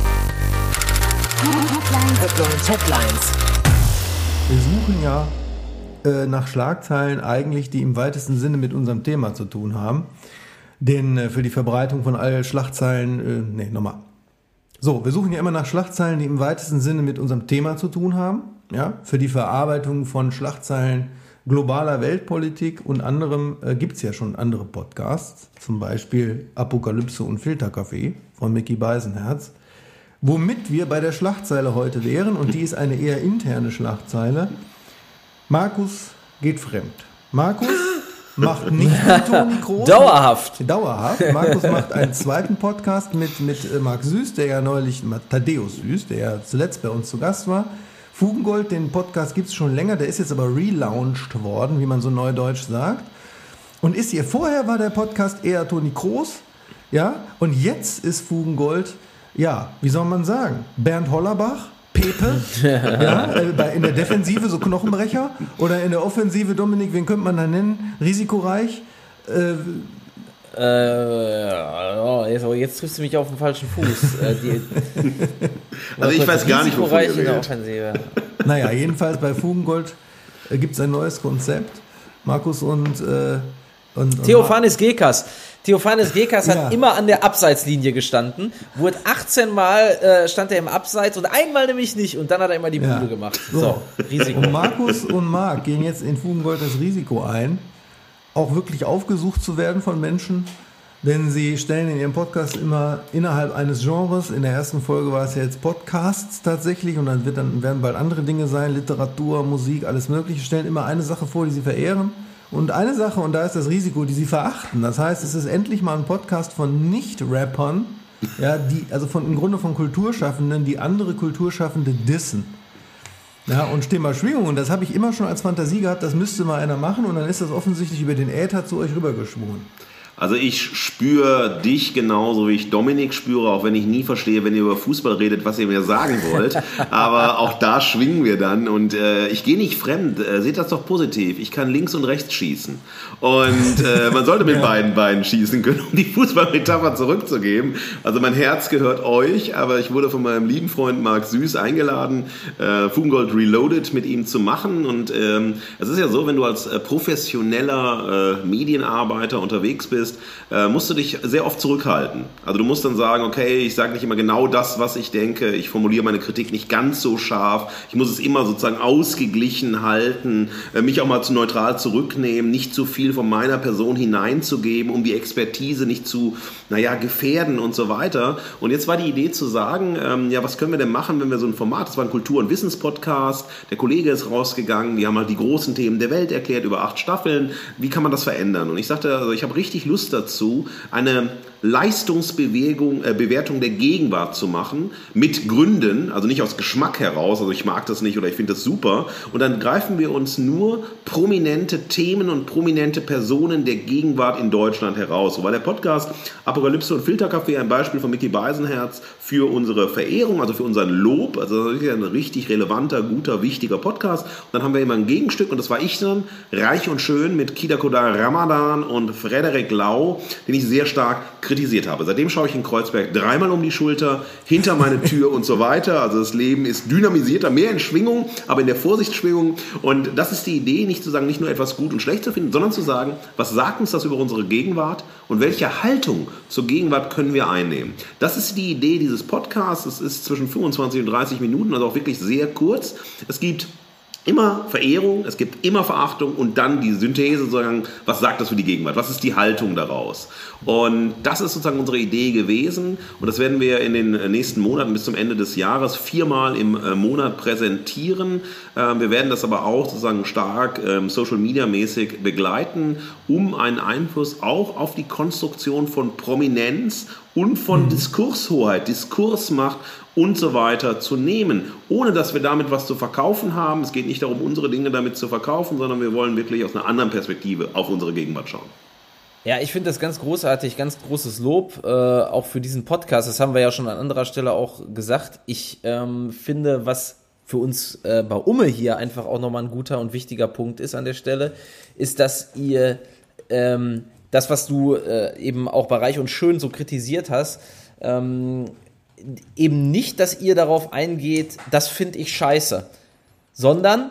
Headlines, Headlines. Wir suchen ja äh, nach Schlagzeilen eigentlich, die im weitesten Sinne mit unserem Thema zu tun haben. Denn äh, für die Verbreitung von all Schlagzeilen, äh, nee, nochmal. So, wir suchen ja immer nach Schlagzeilen, die im weitesten Sinne mit unserem Thema zu tun haben. Ja, für die Verarbeitung von Schlagzeilen globaler Weltpolitik und anderem äh, gibt es ja schon andere Podcasts. Zum Beispiel Apokalypse und Filterkaffee von Micky Beisenherz. Womit wir bei der Schlagzeile heute wären, und die ist eine eher interne Schlagzeile. Markus geht fremd. Markus macht nicht mit Toni Kroos. Dauerhaft. Dauerhaft. Markus macht einen zweiten Podcast mit, mit Marc Süß, der ja neulich, Thaddeus Süß, der ja zuletzt bei uns zu Gast war. Fugengold, den Podcast gibt es schon länger, der ist jetzt aber relaunched worden, wie man so neudeutsch sagt. Und ist hier, vorher war der Podcast eher Toni Kroos, ja, und jetzt ist Fugengold, ja, wie soll man sagen? Bernd Hollerbach, Pepe, ja, äh, in der Defensive so Knochenbrecher, oder in der Offensive, Dominik, wen könnte man da nennen? Risikoreich? Äh, äh, oh, jetzt, jetzt triffst du mich auf den falschen Fuß. Äh, die, also ich weiß gar nicht, wovon ihr in der redet. Offensive. Naja, jedenfalls bei Fugengold äh, gibt es ein neues Konzept. Markus und, äh, und, und Theophanis Gekas. Theophanis Gekas hat ja. immer an der Abseitslinie gestanden, wurde achtzehn Mal äh, stand er im Abseits und einmal nämlich nicht, und dann hat er immer die Bude ja. gemacht. So, so Risiko. Und Markus und Marc gehen jetzt in Fugengold das Risiko ein, auch wirklich aufgesucht zu werden von Menschen, denn sie stellen in ihrem Podcast immer innerhalb eines Genres, in der ersten Folge war es ja jetzt Podcasts tatsächlich, und dann, wird dann werden bald andere Dinge sein, Literatur, Musik, alles Mögliche, stellen immer eine Sache vor, die sie verehren. Und eine Sache, und da ist das Risiko, die sie verachten. Das heißt, es ist endlich mal ein Podcast von Nicht-Rappern, ja, die, also von, im Grunde von Kulturschaffenden, die andere Kulturschaffende dissen. Ja, und Thema Schwingung, und das habe ich immer schon als Fantasie gehabt, das müsste mal einer machen, und dann ist das offensichtlich über den Äther zu euch rübergeschwungen. Also ich spüre dich genauso, wie ich Dominik spüre, auch wenn ich nie verstehe, wenn ihr über Fußball redet, was ihr mir sagen wollt. Aber auch da schwingen wir dann, und äh, ich gehe nicht fremd. Äh, seht das doch positiv. Ich kann links und rechts schießen. Und äh, man sollte mit ja. beiden Beinen schießen können, um die Fußballmetapher zurückzugeben. Also mein Herz gehört euch, aber ich wurde von meinem lieben Freund Marc Süß eingeladen, äh, Fugengold Reloaded mit ihm zu machen. Und ähm, es ist ja so, wenn du als äh, professioneller äh, Medienarbeiter unterwegs bist, äh, musst du dich sehr oft zurückhalten. Also du musst dann sagen, okay, ich sage nicht immer genau das, was ich denke, ich formuliere meine Kritik nicht ganz so scharf, ich muss es immer sozusagen ausgeglichen halten, äh, mich auch mal zu neutral zurücknehmen, nicht zu viel von meiner Person hineinzugeben, um die Expertise nicht zu, naja, gefährden und so weiter. Und jetzt war die Idee zu sagen, ähm, ja, was können wir denn machen, wenn wir so ein Format, das war ein Kultur- und Wissenspodcast, der Kollege ist rausgegangen, die haben halt die großen Themen der Welt erklärt über acht Staffeln, wie kann man das verändern? Und ich sagte, also ich habe richtig Lust, Lust dazu, eine Leistungsbewegung, äh, Bewertung der Gegenwart zu machen, mit Gründen, also nicht aus Geschmack heraus, also ich mag das nicht oder ich finde das super, und dann greifen wir uns nur prominente Themen und prominente Personen der Gegenwart in Deutschland heraus. So war der Podcast Apokalypse und Filterkaffee ein Beispiel von Micky Beisenherz für unsere Verehrung, also für unseren Lob, also das ist ein richtig relevanter, guter, wichtiger Podcast. Und dann haben wir immer ein Gegenstück und das war ich dann, Reich und Schön mit Kida Kodar Ramadan und Frederik Lau, den ich sehr stark kritisiert habe. Seitdem schaue ich in Kreuzberg dreimal um die Schulter, hinter meine Tür und so weiter. Also das Leben ist dynamisierter, mehr in Schwingung, aber in der Vorsichtsschwingung. Und das ist die Idee, nicht zu sagen, nicht nur etwas gut und schlecht zu finden, sondern zu sagen, was sagt uns das über unsere Gegenwart und welche Haltung zur Gegenwart können wir einnehmen. Das ist die Idee dieses Podcasts. Es ist zwischen fünfundzwanzig und dreißig Minuten, also auch wirklich sehr kurz. Es gibt immer Verehrung, es gibt immer Verachtung und dann die Synthese sozusagen, was sagt das für die Gegenwart, was ist die Haltung daraus? Und das ist sozusagen unsere Idee gewesen und das werden wir in den nächsten Monaten bis zum Ende des Jahres viermal im Monat präsentieren. Wir werden das aber auch sozusagen stark Social Media mäßig begleiten, um einen Einfluss auch auf die Konstruktion von Prominenz und von mhm. Diskurshoheit, Diskursmacht und so weiter zu nehmen, ohne dass wir damit was zu verkaufen haben. Es geht nicht darum, unsere Dinge damit zu verkaufen, sondern wir wollen wirklich aus einer anderen Perspektive auf unsere Gegenwart schauen. Ja, ich finde das ganz großartig, ganz großes Lob, äh, auch für diesen Podcast. Das haben wir ja schon an anderer Stelle auch gesagt. Ich ähm, finde, was für uns äh, bei Umme hier einfach auch nochmal ein guter und wichtiger Punkt ist an der Stelle, ist, dass ihr ähm, das, was du äh, eben auch bei Reich und Schön so kritisiert hast, ähm, eben nicht, dass ihr darauf eingeht, das finde ich scheiße, sondern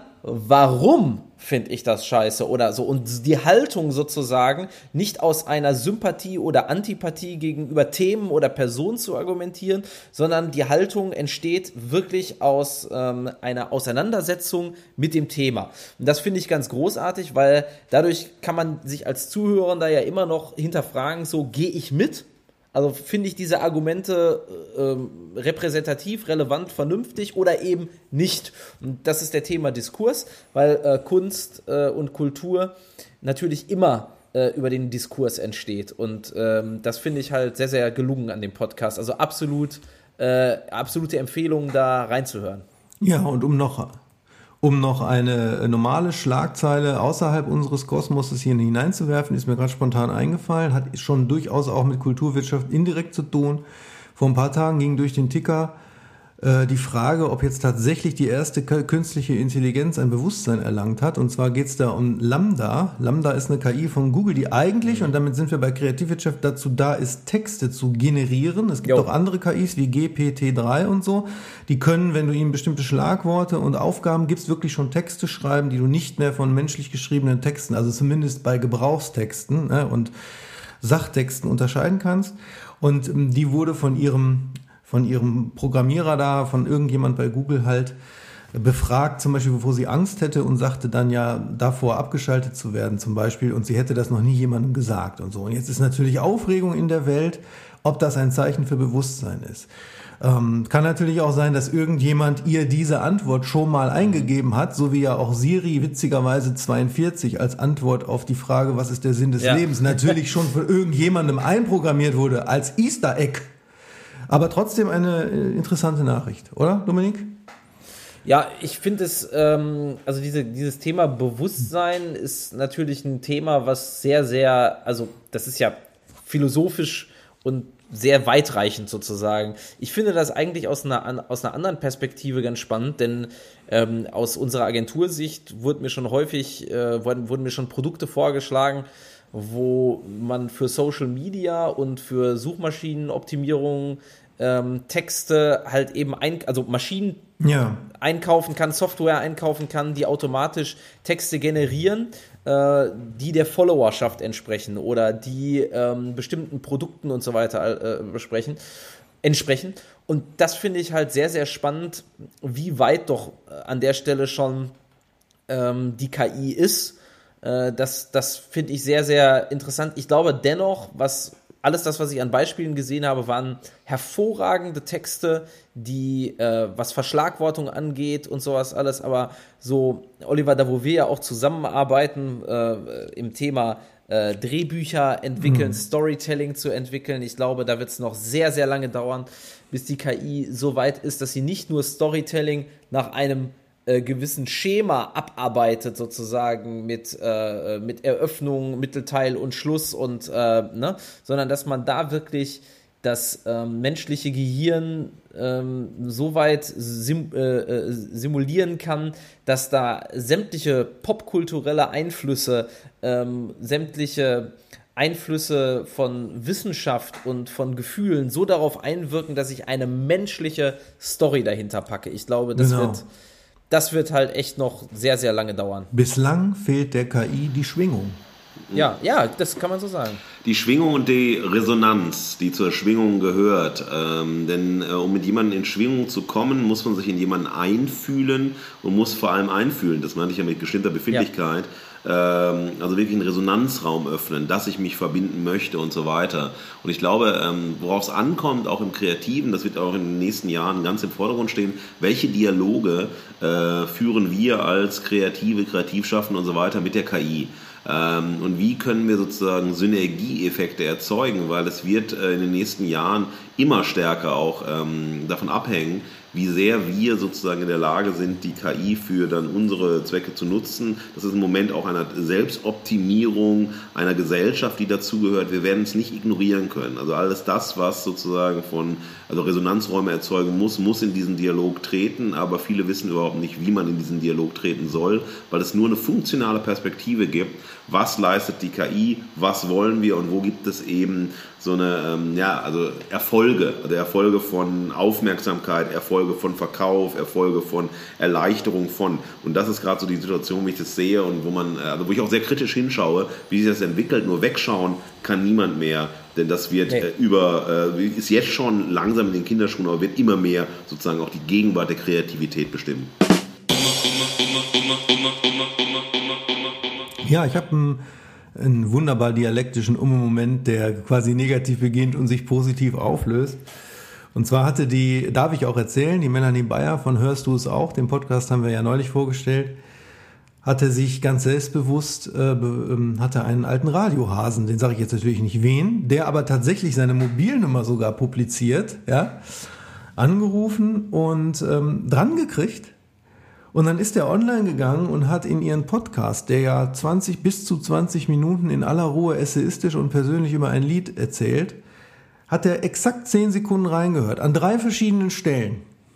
warum finde ich das scheiße oder so, und die Haltung sozusagen nicht aus einer Sympathie oder Antipathie gegenüber Themen oder Personen zu argumentieren, sondern die Haltung entsteht wirklich aus ähm, einer Auseinandersetzung mit dem Thema. Und das finde ich ganz großartig, weil dadurch kann man sich als Zuhörender ja immer noch hinterfragen, so gehe ich mit? Also finde ich diese Argumente äh, repräsentativ, relevant, vernünftig oder eben nicht. Und das ist der Thema Diskurs, weil äh, Kunst äh, und Kultur natürlich immer äh, über den Diskurs entsteht. Und ähm, das finde ich halt sehr, sehr gelungen an dem Podcast. Also absolut, äh, absolute Empfehlung, da reinzuhören. Ja, und um noch... Um noch eine normale Schlagzeile außerhalb unseres Kosmoses hier hineinzuwerfen, ist mir gerade spontan eingefallen, hat schon durchaus auch mit Kulturwirtschaft indirekt zu tun. Vor ein paar Tagen ging durch den Ticker äh, die Frage, ob jetzt tatsächlich die erste künstliche Intelligenz ein Bewusstsein erlangt hat. Und zwar geht es da um Lambda. Lambda ist eine K I von Google, die eigentlich, und damit sind wir bei Kreativwirtschaft, dazu da ist, Texte zu generieren. Es gibt jo. auch andere K Is wie G P T drei und so. Die können, wenn du ihnen bestimmte Schlagworte und Aufgaben gibst, wirklich schon Texte schreiben, die du nicht mehr von menschlich geschriebenen Texten, also zumindest bei Gebrauchstexten ne, und Sachtexten unterscheiden kannst. Und ähm, die wurde von ihrem von ihrem Programmierer da, von irgendjemand bei Google halt befragt, zum Beispiel, wovor sie Angst hätte, und sagte dann ja, davor abgeschaltet zu werden zum Beispiel, und sie hätte das noch nie jemandem gesagt und so. Und jetzt ist natürlich Aufregung in der Welt, ob das ein Zeichen für Bewusstsein ist. Ähm, kann natürlich auch sein, dass irgendjemand ihr diese Antwort schon mal eingegeben hat, so wie ja auch Siri witzigerweise zweiundvierzig als Antwort auf die Frage, was ist der Sinn des ja. Lebens, natürlich schon von irgendjemandem einprogrammiert wurde als Easter Egg. Aber trotzdem eine interessante Nachricht, oder, Dominik? Ja, ich finde es, ähm, also diese, dieses Thema Bewusstsein ist natürlich ein Thema, was sehr, sehr, also das ist ja philosophisch und sehr weitreichend sozusagen. Ich finde das eigentlich aus einer, aus einer anderen Perspektive ganz spannend, denn ähm, aus unserer Agentursicht wurden mir schon häufig, äh, wurden, wurden mir schon Produkte vorgeschlagen, wo man für Social Media und für Suchmaschinenoptimierung ähm, Texte halt eben, ein, also Maschinen ja. einkaufen kann, Software einkaufen kann, die automatisch Texte generieren, äh, die der Followerschaft entsprechen oder die ähm, bestimmten Produkten und so weiter äh, besprechen, entsprechen. Und das finde ich halt sehr, sehr spannend, wie weit doch an der Stelle schon ähm, die K I ist. Äh, das das finde ich sehr, sehr interessant. Ich glaube dennoch, was alles das, was ich an Beispielen gesehen habe, waren hervorragende Texte, die, äh, was Verschlagwortung angeht und sowas alles. Aber so, Oliver, da wo wir ja auch zusammenarbeiten äh, im Thema äh, Drehbücher entwickeln, Mhm. Storytelling zu entwickeln. Ich glaube, da wird es noch sehr, sehr lange dauern, bis die K I so weit ist, dass sie nicht nur Storytelling nach einem äh, gewissen Schema abarbeitet, sozusagen mit, äh, mit Eröffnung, Mittelteil und Schluss und äh, ne, sondern dass man da wirklich das ähm, menschliche Gehirn ähm, so weit sim, äh, simulieren kann, dass da sämtliche popkulturelle Einflüsse, ähm, sämtliche Einflüsse von Wissenschaft und von Gefühlen so darauf einwirken, dass ich eine menschliche Story dahinter packe. Ich glaube, das Genau. wird, das wird halt echt noch sehr, sehr lange dauern. Bislang fehlt der K I die Schwingung. Ja, ja, das kann man so sagen. Die Schwingung und die Resonanz, die zur Schwingung gehört. Ähm, denn äh, um mit jemandem in Schwingung zu kommen, muss man sich in jemanden einfühlen und muss vor allem einfühlen. Das meinte ich ja mit bestimmter Befindlichkeit. Ähm, also wirklich einen Resonanzraum öffnen, dass ich mich verbinden möchte und so weiter. Und ich glaube, ähm, worauf es ankommt, auch im Kreativen, das wird auch in den nächsten Jahren ganz im Vordergrund stehen, welche Dialoge äh, führen wir als Kreative, Kreativschaffende und so weiter mit der K I. Ähm, und wie können wir sozusagen Synergieeffekte erzeugen, weil es wird äh, in den nächsten Jahren immer stärker auch ähm, davon abhängen, wie sehr wir sozusagen in der Lage sind, die K I für dann unsere Zwecke zu nutzen. Das ist im Moment auch eine Selbstoptimierung einer Gesellschaft, die dazugehört. Wir werden es nicht ignorieren können. Also alles das, was sozusagen von also Resonanzräume erzeugen muss, muss in diesen Dialog treten, aber viele wissen überhaupt nicht, wie man in diesen Dialog treten soll, weil es nur eine funktionale Perspektive gibt. Was leistet die K I? Was wollen wir? Und wo gibt es eben so eine, ähm, ja, also Erfolge, also Erfolge von Aufmerksamkeit, Erfolge von Verkauf, Erfolge von Erleichterung von. Und das ist gerade so die Situation, wie ich das sehe und wo man, also wo ich auch sehr kritisch hinschaue, wie sich das entwickelt. Nur wegschauen kann niemand mehr, denn das wird nee. äh, über, äh, ist jetzt schon langsam in den Kinderschuhen, aber wird immer mehr sozusagen auch die Gegenwart der Kreativität bestimmen. Ja, ich habe einen, einen wunderbar dialektischen Ummoment, der quasi negativ beginnt und sich positiv auflöst. Und zwar hatte die, darf ich auch erzählen, die Melanie Beyer von Hörst du es auch, den Podcast haben wir ja neulich vorgestellt, hatte sich ganz selbstbewusst, äh, be, äh, hatte einen alten Radiohasen, den sage ich jetzt natürlich nicht wen, der aber tatsächlich seine Mobilnummer sogar publiziert, ja, angerufen und ähm, dran gekriegt. Und dann ist er online gegangen und hat in ihren Podcast, der ja zwanzig bis zu zwanzig Minuten in aller Ruhe essayistisch und persönlich über ein Lied erzählt, hat er exakt zehn Sekunden reingehört, an drei verschiedenen Stellen.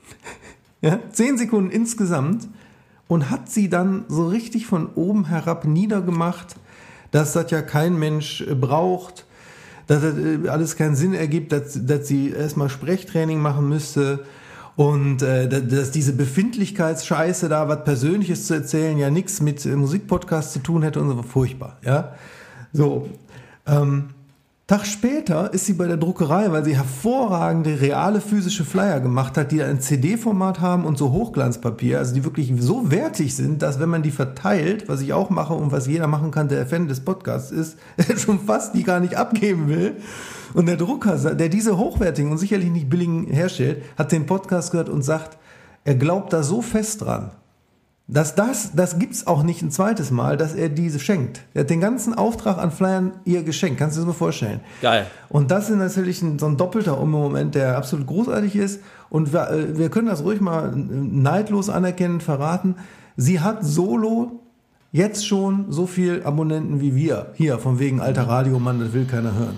Ja, zehn Sekunden insgesamt und hat sie dann so richtig von oben herab niedergemacht, dass das ja kein Mensch braucht, dass das alles keinen Sinn ergibt, dass, dass sie erstmal Sprechtraining machen müsste. Und äh, dass diese Befindlichkeitsscheiße da, was Persönliches zu erzählen, ja nichts mit äh, Musikpodcast zu tun hätte und so, furchtbar, ja. So, ähm, Tag später ist sie bei der Druckerei, weil sie hervorragende, reale physische Flyer gemacht hat, die ein C D-Format haben und so Hochglanzpapier, also die wirklich so wertig sind, dass wenn man die verteilt, was ich auch mache und was jeder machen kann, der Fan des Podcasts ist, schon fast die gar nicht abgeben will. Und der Drucker, der diese hochwertigen und sicherlich nicht billigen herstellt, hat den Podcast gehört und sagt, er glaubt da so fest dran, dass das, das gibt's auch nicht ein zweites Mal, dass er diese schenkt. Er hat den ganzen Auftrag an Flyern ihr geschenkt. Kannst du dir das mal vorstellen? Geil. Und das ist natürlich ein, so ein doppelter Moment, der absolut großartig ist. Und wir, wir können das ruhig mal neidlos anerkennend verraten. Sie hat solo jetzt schon so viel Abonnenten wie wir. Hier, von wegen alter Radiomann, das will keiner hören.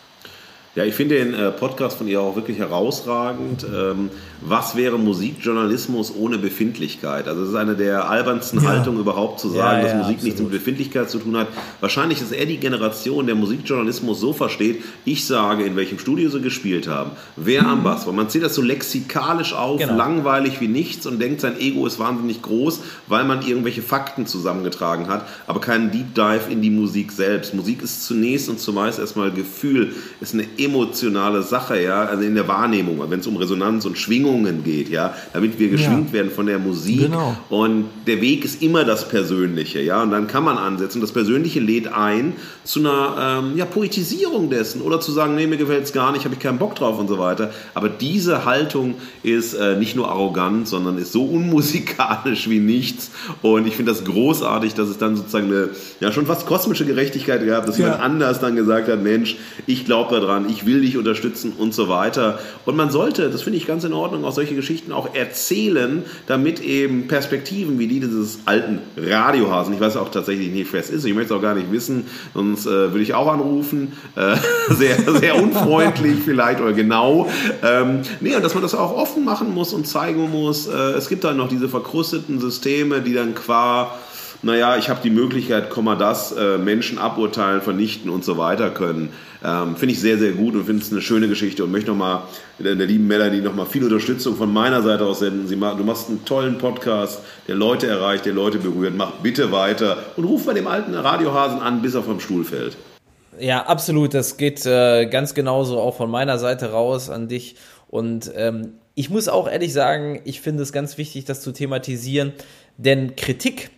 Ja, ich finde den äh, Podcast von ihr auch wirklich herausragend. Ähm, was wäre Musikjournalismus ohne Befindlichkeit? Also es ist eine der albernsten Ja. Haltungen überhaupt zu sagen, Ja, dass ja, Musik absolut. nichts mit Befindlichkeit zu tun hat. Wahrscheinlich ist er die Generation, der Musikjournalismus so versteht, ich sage, in welchem Studio sie gespielt haben, wer am Bass war. Man zählt das so lexikalisch auf, Genau. langweilig wie nichts und denkt, sein Ego ist wahnsinnig groß, weil man irgendwelche Fakten zusammengetragen hat, aber keinen Deep Dive in die Musik selbst. Musik ist zunächst und zumeist erstmal Gefühl, ist eine emotionale Sache, ja, also in der Wahrnehmung, wenn es um Resonanz und Schwingungen geht, ja, damit wir geschwingt ja. werden von der Musik. Genau. Und der Weg ist immer das Persönliche, ja, und dann kann man ansetzen. Das Persönliche lädt ein zu einer ähm, ja, Poetisierung dessen oder zu sagen, nee, mir gefällt es gar nicht, habe ich keinen Bock drauf und so weiter. Aber diese Haltung ist äh, nicht nur arrogant, sondern ist so unmusikalisch wie nichts. Und ich finde das großartig, dass es dann sozusagen eine ja schon fast kosmische Gerechtigkeit gab, dass ja. jemand anders dann gesagt hat, Mensch, ich glaube daran, ich will dich unterstützen und so weiter. Und man sollte, das finde ich ganz in Ordnung, auch solche Geschichten auch erzählen, damit eben Perspektiven wie die dieses alten Radiohasen, ich weiß auch tatsächlich nicht, wer es ist, ich möchte es auch gar nicht wissen, sonst äh, würde ich auch anrufen, äh, sehr, sehr unfreundlich vielleicht oder genau. Ähm, nee, und dass man das auch offen machen muss und zeigen muss, äh, es gibt dann noch diese verkrusteten Systeme, die dann qua naja, ich habe die Möglichkeit, Komma das, äh, Menschen aburteilen, vernichten und so weiter können. Ähm, finde ich sehr, sehr gut und finde es eine schöne Geschichte und möchte nochmal der, der lieben Melanie nochmal viel Unterstützung von meiner Seite aus senden. Sie ma- du machst einen tollen Podcast, der Leute erreicht, der Leute berührt. Mach bitte weiter und ruf bei dem alten Radiohasen an, bis er vom Stuhl fällt. Ja, absolut. Das geht äh, ganz genauso auch von meiner Seite raus an dich. Und ähm, ich muss auch ehrlich sagen, ich finde es ganz wichtig, das zu thematisieren, denn Kritik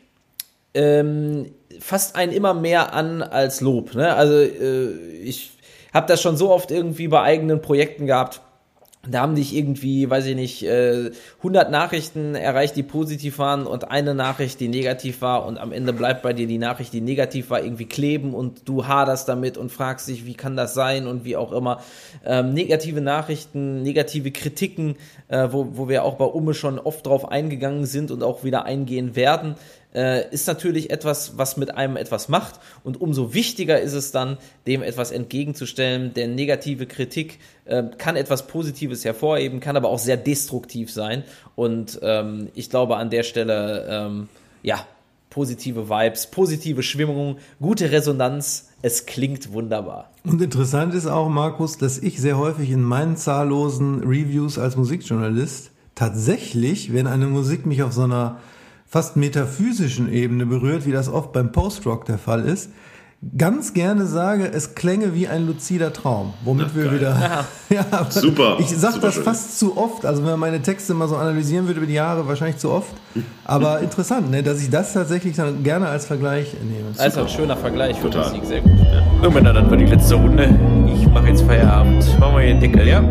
Ähm, fasst einen immer mehr an als Lob. Ne? Also äh, ich habe das schon so oft irgendwie bei eigenen Projekten gehabt. Da haben dich irgendwie, weiß ich nicht, äh, hundert Nachrichten erreicht, die positiv waren und eine Nachricht, die negativ war und am Ende bleibt bei dir die Nachricht, die negativ war, irgendwie kleben und du haderst damit und fragst dich, wie kann das sein und wie auch immer. Ähm, negative Nachrichten, negative Kritiken, äh, wo, wo wir auch bei Umme schon oft drauf eingegangen sind und auch wieder eingehen werden, äh, ist natürlich etwas, was mit einem etwas macht und umso wichtiger ist es dann, dem etwas entgegenzustellen, denn negative Kritik äh, kann etwas Positives hervorheben, kann aber auch sehr destruktiv sein und ähm, ich glaube an der Stelle, ähm, ja, positive Vibes, positive Schwingungen, gute Resonanz, es klingt wunderbar. Und interessant ist auch, Markus, dass ich sehr häufig in meinen zahllosen Reviews als Musikjournalist tatsächlich, wenn eine Musik mich auf so einer fast metaphysischen Ebene berührt, wie das oft beim Post-Rock der Fall ist, ganz gerne sage, es klänge wie ein luzider Traum, womit Ach, wir geil. wieder... Ja, super. Ich sage das schön. fast zu oft, also wenn man meine Texte mal so analysieren würde über die Jahre, wahrscheinlich zu oft, aber interessant, ne, dass ich das tatsächlich dann gerne als Vergleich nehme. Also ein schöner Vergleich für Total. Musik, sehr gut. Ja. So, Männer, dann war die letzte Runde. Ich mache jetzt Feierabend. Machen wir hier den Deckel, ja?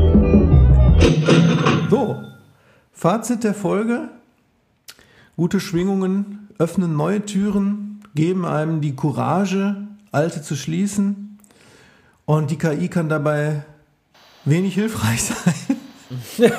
So, Fazit der Folge. Gute Schwingungen öffnen neue Türen, geben einem die Courage, alte zu schließen. Und die K I kann dabei wenig hilfreich sein.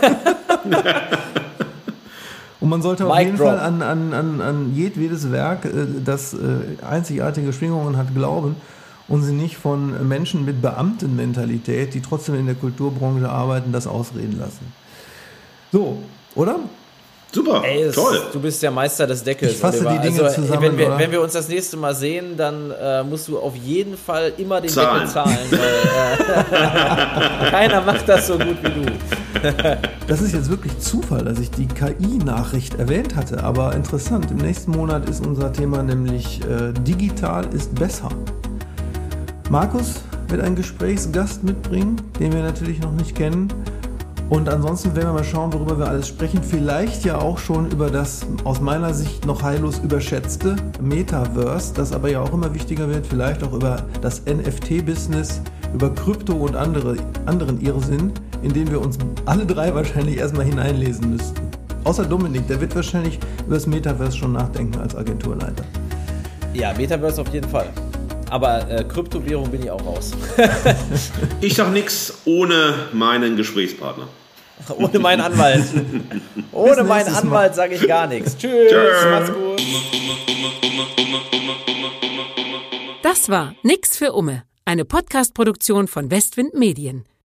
Und man sollte auf Mic jeden drop. Fall an, an, an, an jedwedes Werk, das einzigartige Schwingungen hat, glauben und sie nicht von Menschen mit Beamtenmentalität, die trotzdem in der Kulturbranche arbeiten, das ausreden lassen. So, oder? Super, Ey, es, toll. Du bist der Meister des Deckels. Ich fasse Oliver. die Dinge also, zusammen, wenn wir, oder? wenn wir uns das nächste Mal sehen, dann äh, musst du auf jeden Fall immer den Zahlen. Deckel zahlen. Weil, äh, keiner macht das so gut wie du. Das ist jetzt wirklich Zufall, dass ich die K I-Nachricht erwähnt hatte, aber interessant. Im nächsten Monat ist unser Thema nämlich äh, digital ist besser. Markus wird einen Gesprächsgast mitbringen, den wir natürlich noch nicht kennen. Und ansonsten werden wir mal schauen, worüber wir alles sprechen. Vielleicht ja auch schon über das aus meiner Sicht noch heillos überschätzte Metaverse, das aber ja auch immer wichtiger wird. Vielleicht auch über das N F T-Business, über Krypto und andere, anderen Irrsinn, in den wir uns alle drei wahrscheinlich erstmal hineinlesen müssten. Außer Dominik, der wird wahrscheinlich über das Metaverse schon nachdenken als Agenturleiter. Ja, Metaverse auf jeden Fall. Aber äh, Kryptowährung bin ich auch raus. Ich sag nix ohne meinen Gesprächspartner. Ohne meinen Anwalt. Ohne meinen Anwalt sage ich gar nichts. Tschüss, Tschö. macht's gut. Das war Nix für Umme, eine Podcast-Produktion von Westwind Medien.